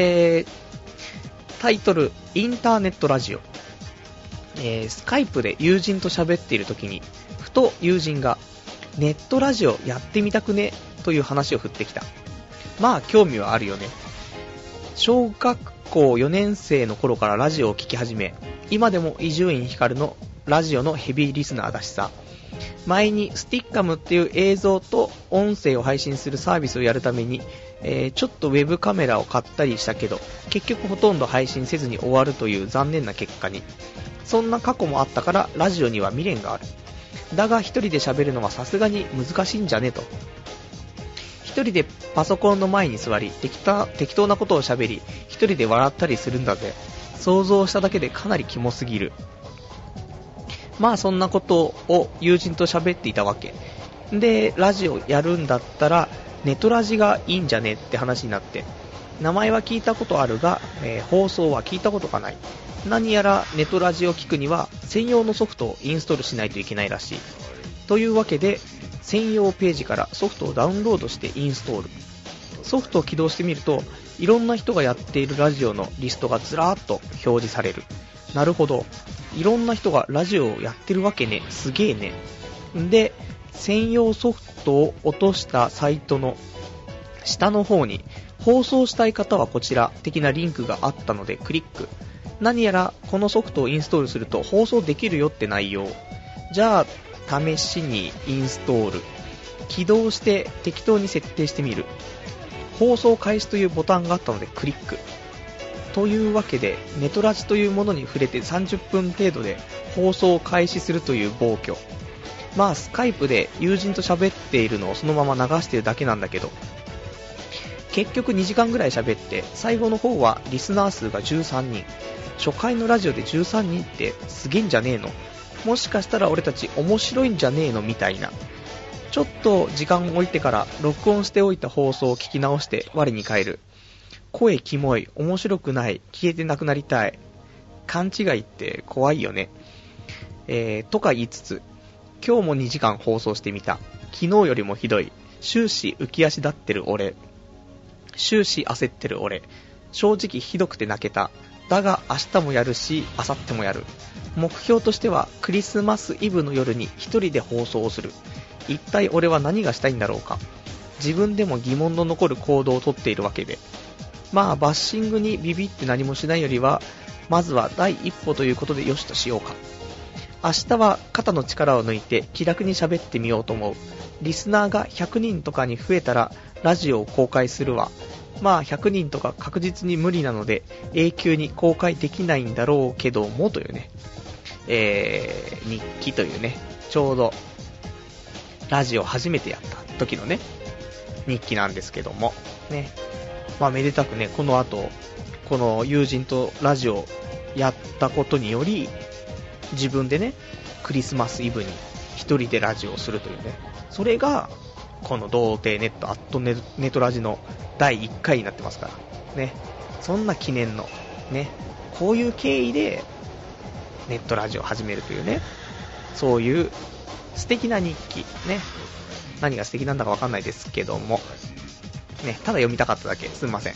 タイトル、インターネットラジオ。スカイプで友人と喋っている時に、ふと友人が、ネットラジオやってみたくねという話を振ってきた。まあ興味はあるよね。小学校4年生の頃からラジオを聞き始め、今でも伊集院光のラジオのヘビーリスナーだしさ。前にスティッカムっていう映像と音声を配信するサービスをやるために、ちょっとウェブカメラを買ったりしたけど、結局ほとんど配信せずに終わるという残念な結果に。そんな過去もあったからラジオには未練がある。だが一人で喋るのはさすがに難しいんじゃねと。一人でパソコンの前に座り適当なことを喋り、一人で笑ったりするんだぜ。想像しただけでかなりキモすぎる。まあそんなことを友人と喋っていたわけで、ラジオやるんだったらネトラジがいいんじゃねって話になって、名前は聞いたことあるが、放送は聞いたことがない。何やらネトラジを聞くには専用のソフトをインストールしないといけないらしい。というわけで専用ページからソフトをダウンロードしてインストール。ソフトを起動してみると、いろんな人がやっているラジオのリストがずらーっと表示される。なるほど、いろんな人がラジオをやってるわけね。すげーね。で、専用ソフトを落としたサイトの下の方に、放送したい方はこちら的なリンクがあったのでクリック。何やらこのソフトをインストールすると放送できるよって内容。じゃあ試しにインストール。起動して適当に設定してみる。放送開始というボタンがあったのでクリック。というわけでネトラジというものに触れて30分程度で放送を開始するという暴挙。まあスカイプで友人と喋っているのをそのまま流しているだけなんだけど、結局2時間ぐらい喋って、最後の方はリスナー数が13人。初回のラジオで13人ってすげえんじゃねえの。もしかしたら俺たち面白いんじゃねえのみたいな。ちょっと時間を置いてから録音しておいた放送を聞き直して我に返る。声キモい、面白くない、消えてなくなりたい。勘違いって怖いよね。とか言いつつ、今日も2時間放送してみた。昨日よりもひどい。終始浮き足立ってる俺。終始焦ってる俺。正直ひどくて泣けた。だが明日もやるし、明後日もやる。目標としてはクリスマスイブの夜に一人で放送をする。一体俺は何がしたいんだろうか。自分でも疑問の残る行動をとっているわけで。まあバッシングにビビって何もしないよりは、まずは第一歩ということでよしとしようか。明日は肩の力を抜いて気楽に喋ってみようと思う。リスナーが100人とかに増えたらラジオを公開するわ。まあ100人とか確実に無理なので永久に公開できないんだろうけどもというね、日記というね、ちょうどラジオ初めてやった時のね日記なんですけどもね。まあめでたくね、この後この友人とラジオやったことにより、自分でねクリスマスイブに一人でラジオをするというね、それがこの童貞ネットアットネトラジの第1回になってますからね。そんな記念のねこういう経緯でネットラジオを始めるというね、そういう素敵な日記ね。何が素敵なんだかわかんないですけどもね、ただ読みたかっただけ、すみません。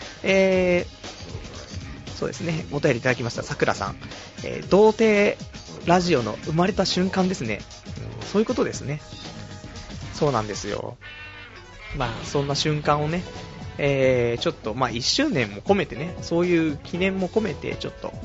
そうですね、お便りいただきましたさくらさん、童貞ラジオの生まれた瞬間ですね。そういうことですね。そうなんですよ。まあそんな瞬間をね、ちょっとまあ1周年も込めてね、そういう記念も込めてちょっと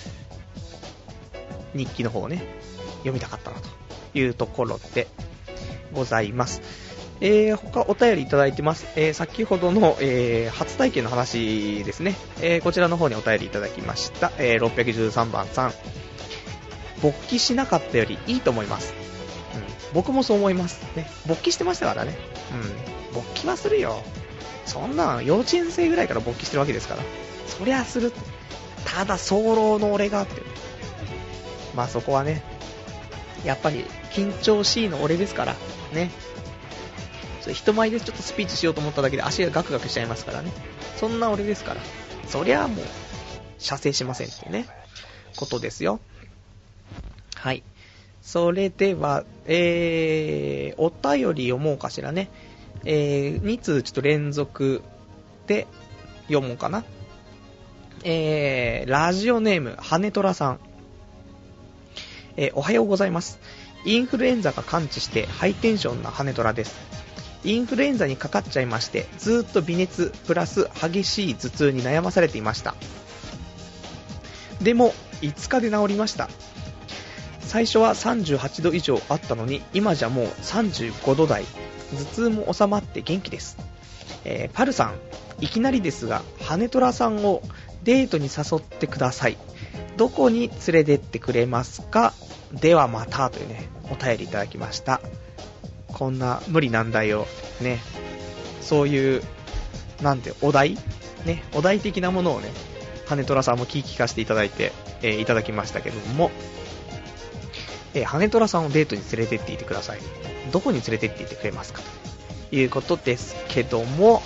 日記の方をね読みたかったなというところでございます。他お便りいただいてます。先ほどの、初体験の話ですね。こちらの方にお便りいただきました。613番さん。勃起しなかったよりいいと思います。僕もそう思いますね。勃起してましたからね。勃起はするよ。そんな幼稚園生ぐらいから勃起してるわけですから。そりゃする。ただ早漏の俺がって。まあそこはね、やっぱり緊張しいの俺ですからね。人前でちょっとスピーチしようと思っただけで足がガクガクしちゃいますからね。そんな俺ですから。そりゃもう射精しませんってねことですよ。はい。それでは、お便り読もうかしらね。2通ちょっと連続で読もうかな。ラジオネーム羽虎さん。おはようございます。インフルエンザが完治してハイテンションな羽虎です。インフルエンザにかかっちゃいまして、ずーっと微熱プラス激しい頭痛に悩まされていました。でも5日で治りました。最初は38度以上あったのに、今じゃもう35度台。頭痛も収まって元気です。パルさん、いきなりですが羽虎さんをデートに誘ってください。どこに連れてってくれますか。ではまたというね、お便りいただきました。こんな無理難題をね、そういうなんてお題ね、お題的なものをね、羽虎さんも聞かせていただいて、いただきましたけども、羽虎さんをデートに連れてっていてください。どこに連れてっていてくれますかということですけども、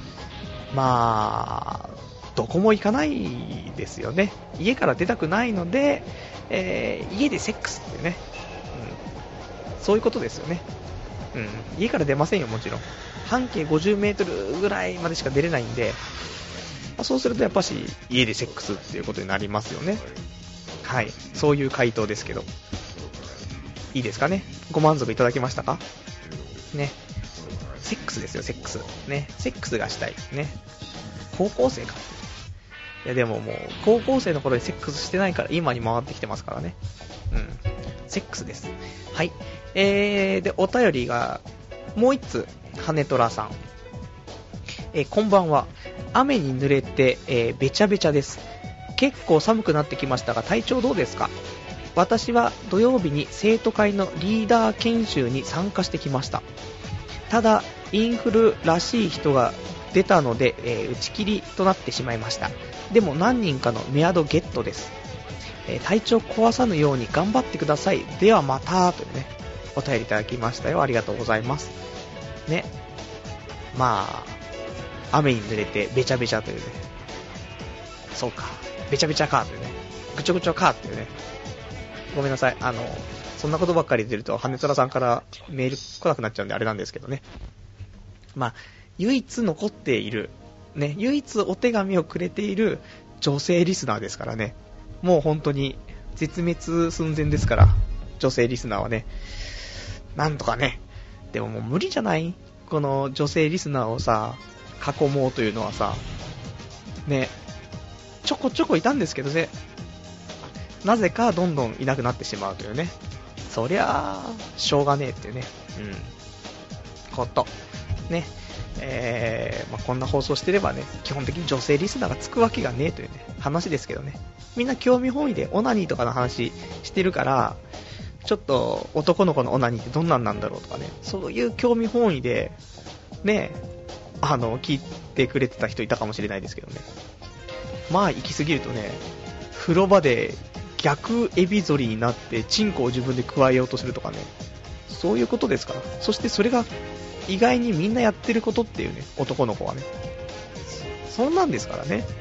まあどこも行かないですよね。家から出たくないので、家でセックスってね、そういうことですよね。家から出ませんよ、もちろん。半径50メートルぐらいまでしか出れないんで、そうするとやっぱし家でセックスっていうことになりますよね。はい、そういう回答ですけど、いいですかね。ご満足いただけましたかね。セックスですよ、セックスね。セックスがしたいね。高校生か。いやでももう高校生の頃にセックスしてないから今に回ってきてますからね。セックスです。はい。でお便りがもう一つ、羽虎さん。こんばんは。雨に濡れて、べちゃべちゃです。結構寒くなってきましたが体調どうですか。私は土曜日に生徒会のリーダー研修に参加してきました。ただインフルらしい人が出たので、打ち切りとなってしまいました。でも何人かのメアドゲットです。体調壊さぬように頑張ってください。ではまたというね、お便りいただきましたよ。ありがとうございますね。まあ雨に濡れてべちゃべちゃというね、そうか、べちゃべちゃかというね、ぐちょぐちょかというね、ごめんなさい、そんなことばっかり出ると羽虎さんからメール来なくなっちゃうんであれなんですけどね。まあ唯一残っているね、唯一お手紙をくれている女性リスナーですからね。もう本当に絶滅寸前ですから、女性リスナーはね、なんとかね。でももう無理じゃない？この女性リスナーをさ囲もうというのはさね、ちょこちょこいたんですけどね、なぜかどんどんいなくなってしまうというね、そりゃあしょうがねえっていうね、ことね。まあ、こんな放送してればね、基本的に女性リスナーがつくわけがねえというね話ですけどね。みんな興味本位でオナニーとかの話してるから、ちょっと男の子のオナニーってどんなんなんだろうとかね、そういう興味本位でね、聞いてくれてた人いたかもしれないですけどね。まあ行き過ぎるとね、風呂場で逆エビ反りになってチンコを自分で加えようとするとかね、そういうことですから。そしてそれが意外にみんなやってることっていうね、男の子はね、そんなんですからね。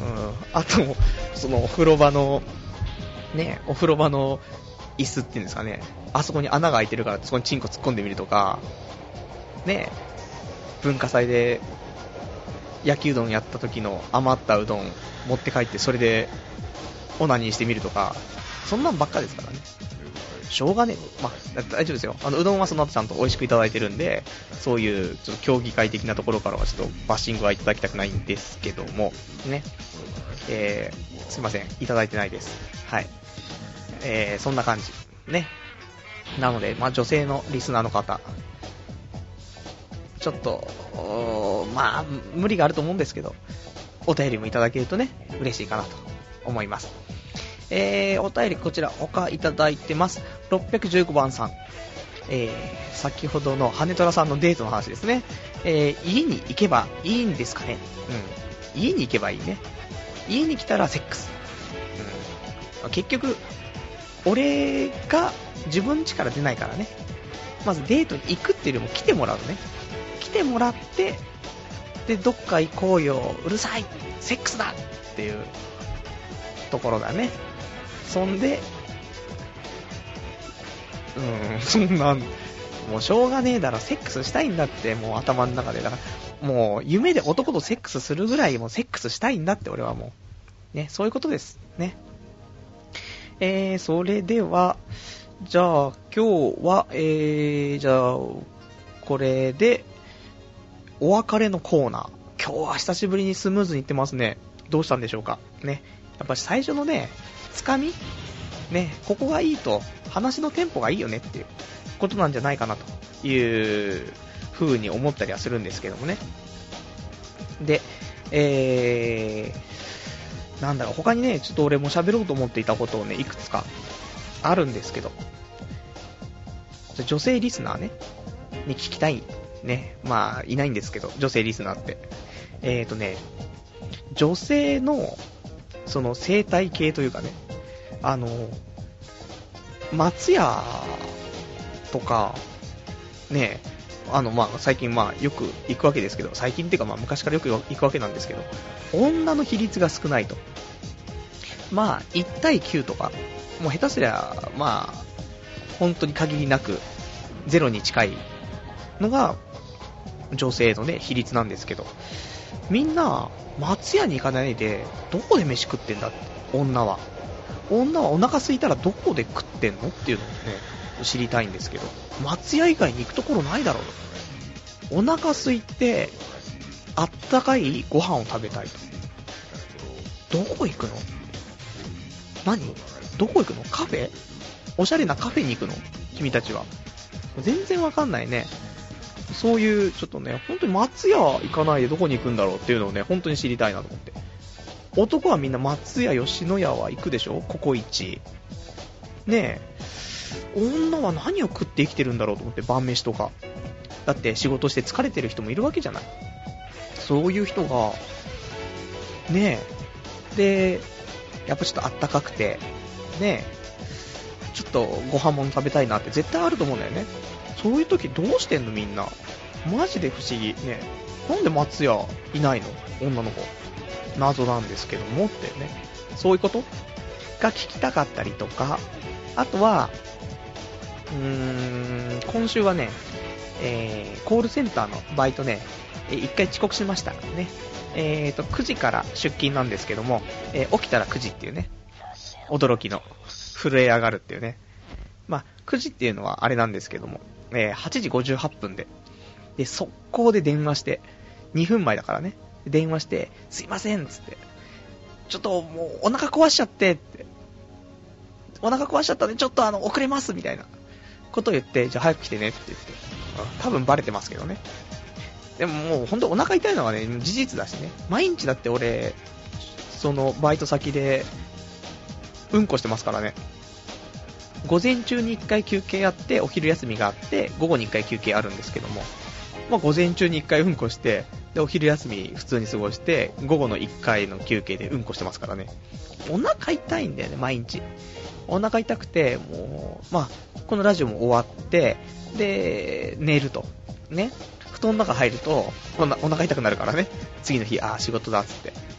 あと、そのお風呂場の、ね、お風呂場の椅子っていうんですかね、あそこに穴が開いてるからそこにチンコ突っ込んでみるとか、ね、文化祭で焼きうどんやった時の余ったうどん持って帰ってそれでオナニーしてみるとか、そんなんばっかですからね。しょうがねえ、まあ、大丈夫ですよ。うどんはその後ちゃんと美味しくいただいてるんで、そういうちょっと競技会的なところからはちょっとバッシングはいただきたくないんですけどもね、すいません、いただいてないです。はい。そんな感じね。なので、まあ、女性のリスナーの方、ちょっとまあ無理があると思うんですけど、お便りもいただけるとね嬉しいかなと思います。お便りこちら他いただいてます。615番さん、先ほどの羽虎さんのデートの話ですね。家に行けばいいんですかね。家に行けばいいね。家に来たらセックス、結局俺が自分家から出ないからね。まずデートに行くっていうよりも来てもらうのね。来てもらって、でどっか行こうよ、うるさい、セックスだっていうところだね。そんでそんなんもうしょうがねえだろ、セックスしたいんだって、もう頭の中で。だからもう夢で男とセックスするぐらいもうセックスしたいんだって、俺はもうね、そういうことですね。それではじゃあ今日はじゃあこれでお別れのコーナー。今日は久しぶりにスムーズにいってますね。どうしたんでしょうかね。やっぱり最初のねつかみね、ここがいいと、話のテンポがいいよねっていうことなんじゃないかなという風に思ったりはするんですけどもね。で、なんだろう、他にねちょっと俺も喋ろうと思っていたことをねいくつかあるんですけど、女性リスナーねに聞きたいね。まあいないんですけど、女性リスナーって女性のその生態系というかね、松屋とかね、まあ最近まあよく行くわけですけど、最近っていうかまあ昔からよく行くわけなんですけど、女の比率が少ないと。まあ1対9とか、もう下手すりゃまあ本当に限りなくゼロに近いのが女性のね比率なんですけど、みんな松屋に行かないでどこで飯食ってんだって。女はお腹空いたらどこで食ってんのっていうのをね知りたいんですけど、松屋以外に行くところないだろう。お腹空いてあったかいご飯を食べたいと。どこ行くの？何？どこ行くの？カフェ？おしゃれなカフェに行くの？君たちは。全然わかんないね。そういうちょっとね、本当に松屋行かないでどこに行くんだろうっていうのをね本当に知りたいなと思って。男はみんな松屋吉野家は行くでしょ、ココイチねえ。女は何を食って生きてるんだろうと思って、晩飯とか。だって仕事して疲れてる人もいるわけじゃない。そういう人がねえ、でやっぱちょっとあったかくてねえ、ちょっとご飯もん食べたいなって絶対あると思うんだよね。そういう時どうしてんのみんな。マジで不思議ね。なんで松屋いないの女の子、謎なんですけどもってね。そういうことが聞きたかったりとか、あとは今週はね、コールセンターのバイトね、1回遅刻しましたね。9時から出勤なんですけども、起きたら9時っていうね、驚きの震え上がるっていうね。まあ9時っていうのはあれなんですけども、8時58分で速攻で電話して、2分前だからね、電話してすいませんっつって、ちょっともうお腹壊しちゃってって、お腹壊しちゃったんでちょっと遅れますみたいなことを言って、じゃあ早く来てねって言って、多分バレてますけどね。でももう本当お腹痛いのはね事実だしね。毎日だって俺そのバイト先でうんこしてますからね。午前中に1回休憩あって、お昼休みがあって午後に1回休憩あるんですけども、まあ午前中に1回うんこして、でお昼休み普通に過ごして、午後の1回の休憩でうんこしてますからね。お腹痛いんだよね毎日。お腹痛くて、もうまあこのラジオも終わってで寝るとね、布団の中入るとお腹痛くなるからね。次の日仕事だっつって、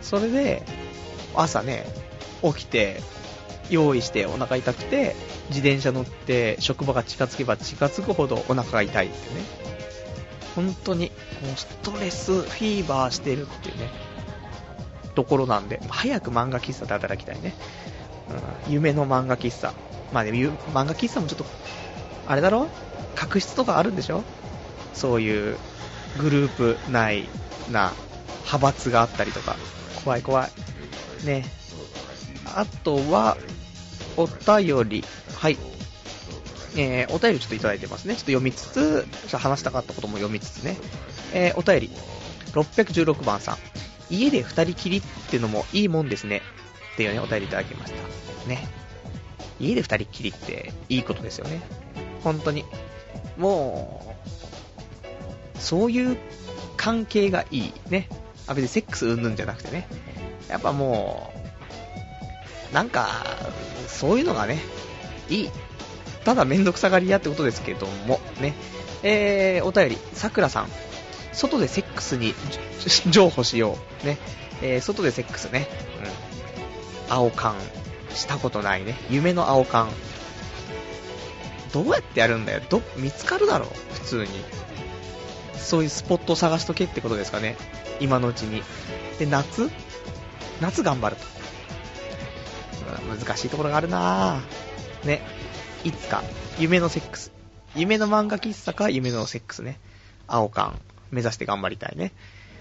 それで朝ね起きて用意してお腹痛くて自転車乗って職場が近づけば近づくほどお腹が痛いってね、本当にもうストレスフィーバーしてるっていうねところなんで、早く漫画喫茶で働きたいね、夢の漫画喫茶。まあね、漫画喫茶もちょっとあれだろ、確執とかあるんでしょ、そういうグループ内な派閥があったりとか、怖い怖いね。あとはお便り、はい、お便りちょっといただいてますね。ちょっと読みつつ、話したかったことも読みつつね。お便り616番さん、家で二人きりってのもいいもんですねっていうね、お便りいただきましたね。家で二人きりっていいことですよね、本当に。もうそういう関係がいいね。別にセックスうんぬんじゃなくてね、やっぱもうなんかそういうのがねいい。ただめんどくさがり屋ってことですけどもね。お便りさくらさん、外でセックスに譲歩しようね。外でセックスね、青缶したことないね。夢の青缶どうやってやるんだよ。見つかるだろう普通に。そういうスポットを探しとけってことですかね、今のうちに。で夏頑張ると、難しいところがあるなぁね。いつか夢のセックス、夢の漫画喫茶か夢のセックスね、青缶目指して頑張りたいね。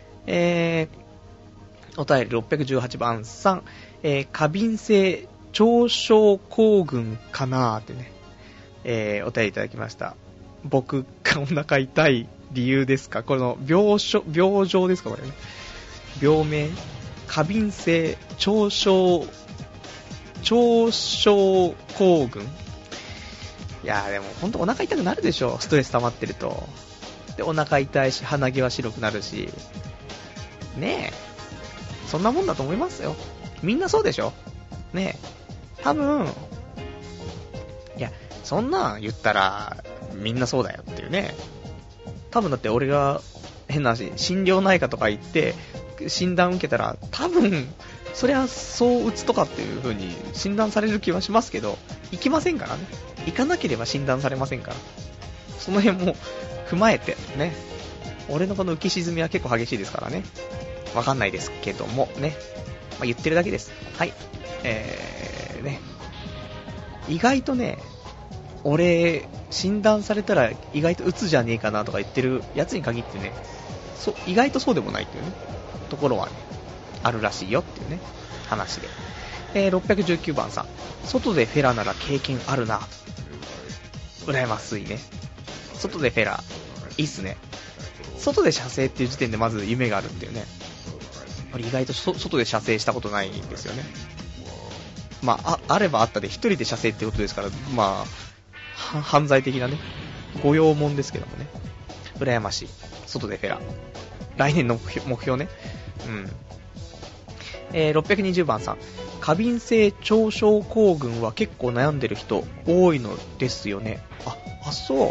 お便り618番さん、過敏性腸症候群かなーってね、お便りいただきました。僕がお腹痛い理由ですか、この病状ですか、これね、病名、過敏性腸症候群。いやーでも本当お腹痛くなるでしょ、ストレス溜まってると。でお腹痛いし鼻毛は白くなるしねえ、そんなもんだと思いますよ。みんなそうでしょねえ、多分。いやそんなん言ったらみんなそうだよっていうね。多分だって俺が変な話、心療内科とか行って診断受けたら多分そりゃそううつとかっていう風に診断される気はしますけど、行きませんからね。行かなければ診断されませんから、その辺も踏まえてね。俺のこの浮き沈みは結構激しいですからね。わかんないですけどもね、言ってるだけです。はい。ね、意外とね、俺診断されたら意外とうつじゃねえかなとか言ってるやつに限ってね、意外とそうでもないっていうねところはねあるらしいよっていうね話で。619番さん、外でフェラなら経験あるな、羨ましいね。外でフェラいいっすね。外で射精っていう時点でまず夢があるっていうね。俺意外と外で射精したことないんですよね。あればあったで一人で射精ってことですから、犯罪的なね御用門ですけどもね、羨ましい。外でフェラ、来年の目標ね。620番さん、過敏性腸症候群は結構悩んでる人多いのですよね。そう。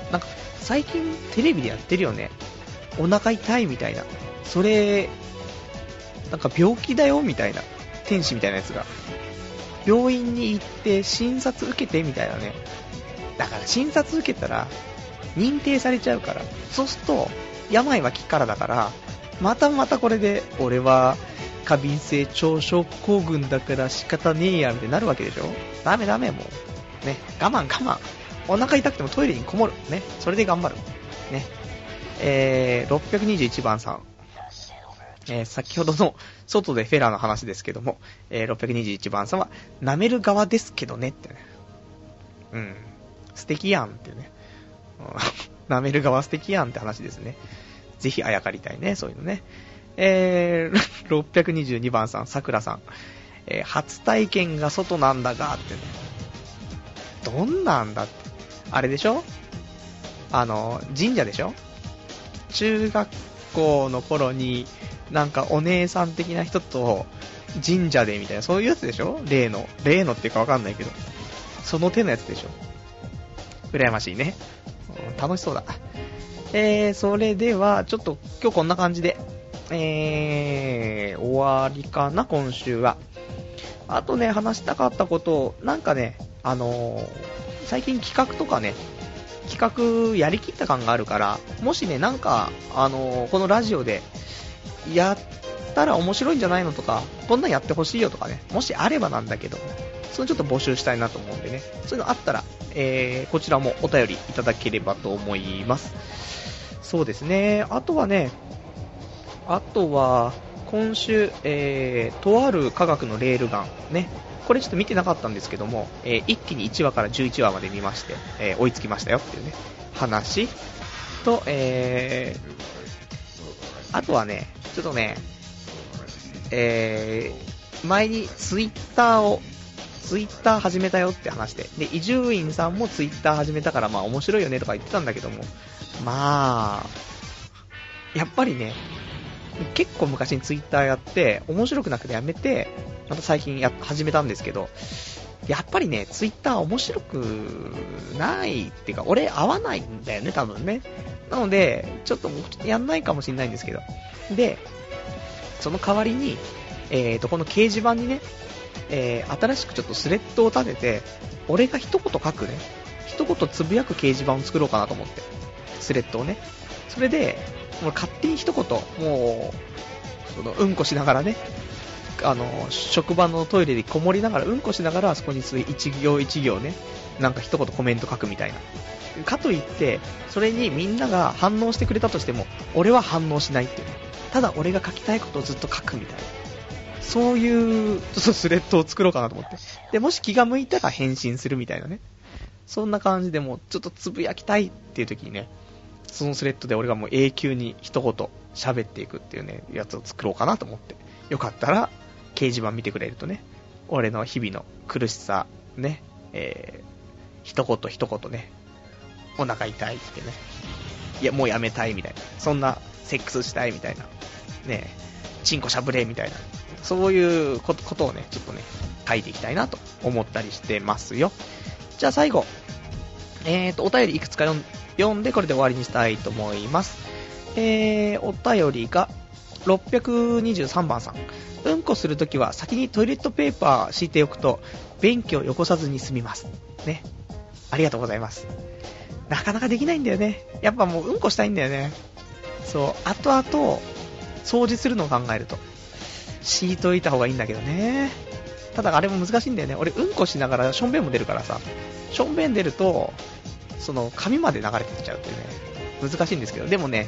なんか最近テレビでやってるよね、お腹痛いみたいな。それなんか病気だよみたいな、天使みたいなやつが病院に行って診察受けてみたいなね。だから診察受けたら認定されちゃうから、そうすると病は気からだから、またこれで俺は過敏性腸症候群だから仕方ねえやみたいになるわけでしょ。ダメもうね、我慢。お腹痛くてもトイレにこもるね、それで頑張るね。621番さん、先ほどの外でフェラーの話ですけども、621番さんは舐める側ですけどねってね。素敵やんってね。舐める側素敵やんって話ですね。ぜひあやかりたいね、そういうのね。622番さん、さくらさん、初体験が外なんだがってね。どんなんだって。あれでしょ、神社でしょ。中学校の頃になんかお姉さん的な人と神社でみたいな、そういうやつでしょ。例のっていうかわかんないけど、その手のやつでしょ。羨ましいね。楽しそうだ。それではちょっと今日こんな感じで終わりかな、今週は。あとね、話したかったことを、なんかね、最近企画とかね、企画やりきった感があるから、もしね、なんか、このラジオで、やったら面白いんじゃないのとか、こんなんやってほしいよとかね、もしあればなんだけど、それちょっと募集したいなと思うんでね、そういうのあったら、こちらもお便りいただければと思います。そうですね、あとはね、今週、とある科学のレールガン、ね、これちょっと見てなかったんですけども、一気に1話から11話まで見まして、追いつきましたよっていうね、話と、あとはね、ちょっとね、前にツイッター始めたよって話で、伊集院さんもツイッター始めたから、まあ面白いよねとか言ってたんだけども、まあ、やっぱりね、結構昔にツイッターやって、面白くなくてやめて、また最近始めたんですけど、やっぱりね、ツイッター面白くないっていうか、俺合わないんだよね、多分ね。なので、ちょっとやんないかもしれないんですけど。で、その代わりに、この掲示板にね、新しくちょっとスレッドを立てて、俺が一言書くね、一言つぶやく掲示板を作ろうかなと思って。スレッドをね。それで、もう勝手に一言、もう、うんこしながらね、職場のトイレでこもりながらうんこしながら、そこに一行一行ね、なんか一言コメント書くみたいな。かといって、それにみんなが反応してくれたとしても、俺は反応しないっていう。ただ俺が書きたいことをずっと書くみたいな。そういう、ちょっとスレッドを作ろうかなと思って。で、もし気が向いたら返信するみたいなね。そんな感じでもう、ちょっとつぶやきたいっていう時にね、そのスレッドで俺がもう永久に一言喋っていくっていうね、やつを作ろうかなと思って。よかったら、掲示板見てくれるとね、俺の日々の苦しさ、ね、一言一言ね、お腹痛いってね、いや、もうやめたいみたいな、そんなセックスしたいみたいな、ね、チンコしゃぶれみたいな、そういうことをね、ちょっとね、書いていきたいなと思ったりしてますよ。じゃあ最後、お便りいくつか読んでこれで終わりにしたいと思います。お便りが623番さん。うんこするときは先にトイレットペーパー敷いておくと便器をよこさずに済みますね。ありがとうございます。なかなかできないんだよね。やっぱもううんこしたいんだよね。そう、後々掃除するのを考えると敷いといた方がいいんだけどね。ただあれも難しいんだよね。俺うんこしながらションベンも出るからさ、ションベン出るとその髪まで流れてきちゃうっていうね、難しいんですけど、でもね、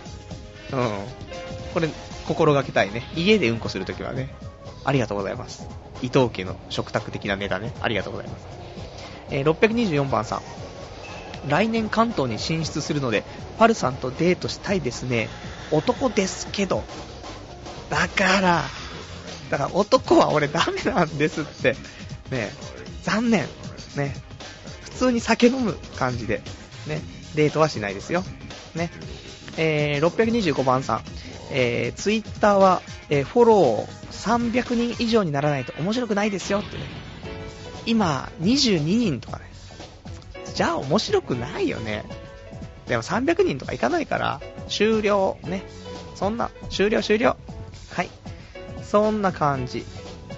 これ心がけたいね。家でうんこするときはね。ありがとうございます。伊藤家の食卓的なネタね。ありがとうございます。624番さん。来年関東に進出するので、パルさんとデートしたいですね。男ですけど。だから男は俺ダメなんですって。ね、残念。ね。普通に酒飲む感じで。ね。デートはしないですよ。ね。625番さん。ツイッターは、フォロー300人以上にならないと面白くないですよってね。今22人とかね。じゃあ面白くないよね。でも300人とかいかないから終了ね。そんな終了。はい。そんな感じ。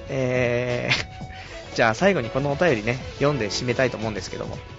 じゃあ最後にこのお便りね読んで締めたいと思うんですけども。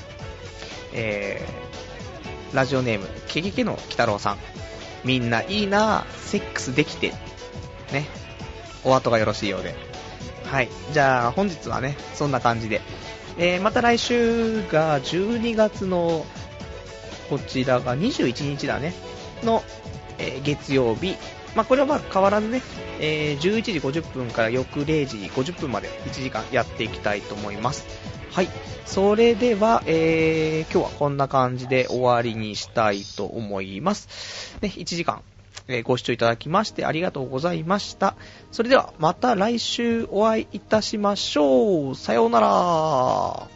ラジオネームケケケの鬼太郎さん。みんないいなセックスできてね、お後がよろしいようで。はい、じゃあ本日はねそんな感じで、また来週が12月のこちらが21日だねの、月曜日、まあ、これはまあ変わらずね、11時50分から翌0時50分まで1時間やっていきたいと思います。はい、それでは、今日はこんな感じで終わりにしたいと思います。ね、1時間、ご視聴いただきましてありがとうございました。それではまた来週お会いいたしましょう。さようなら。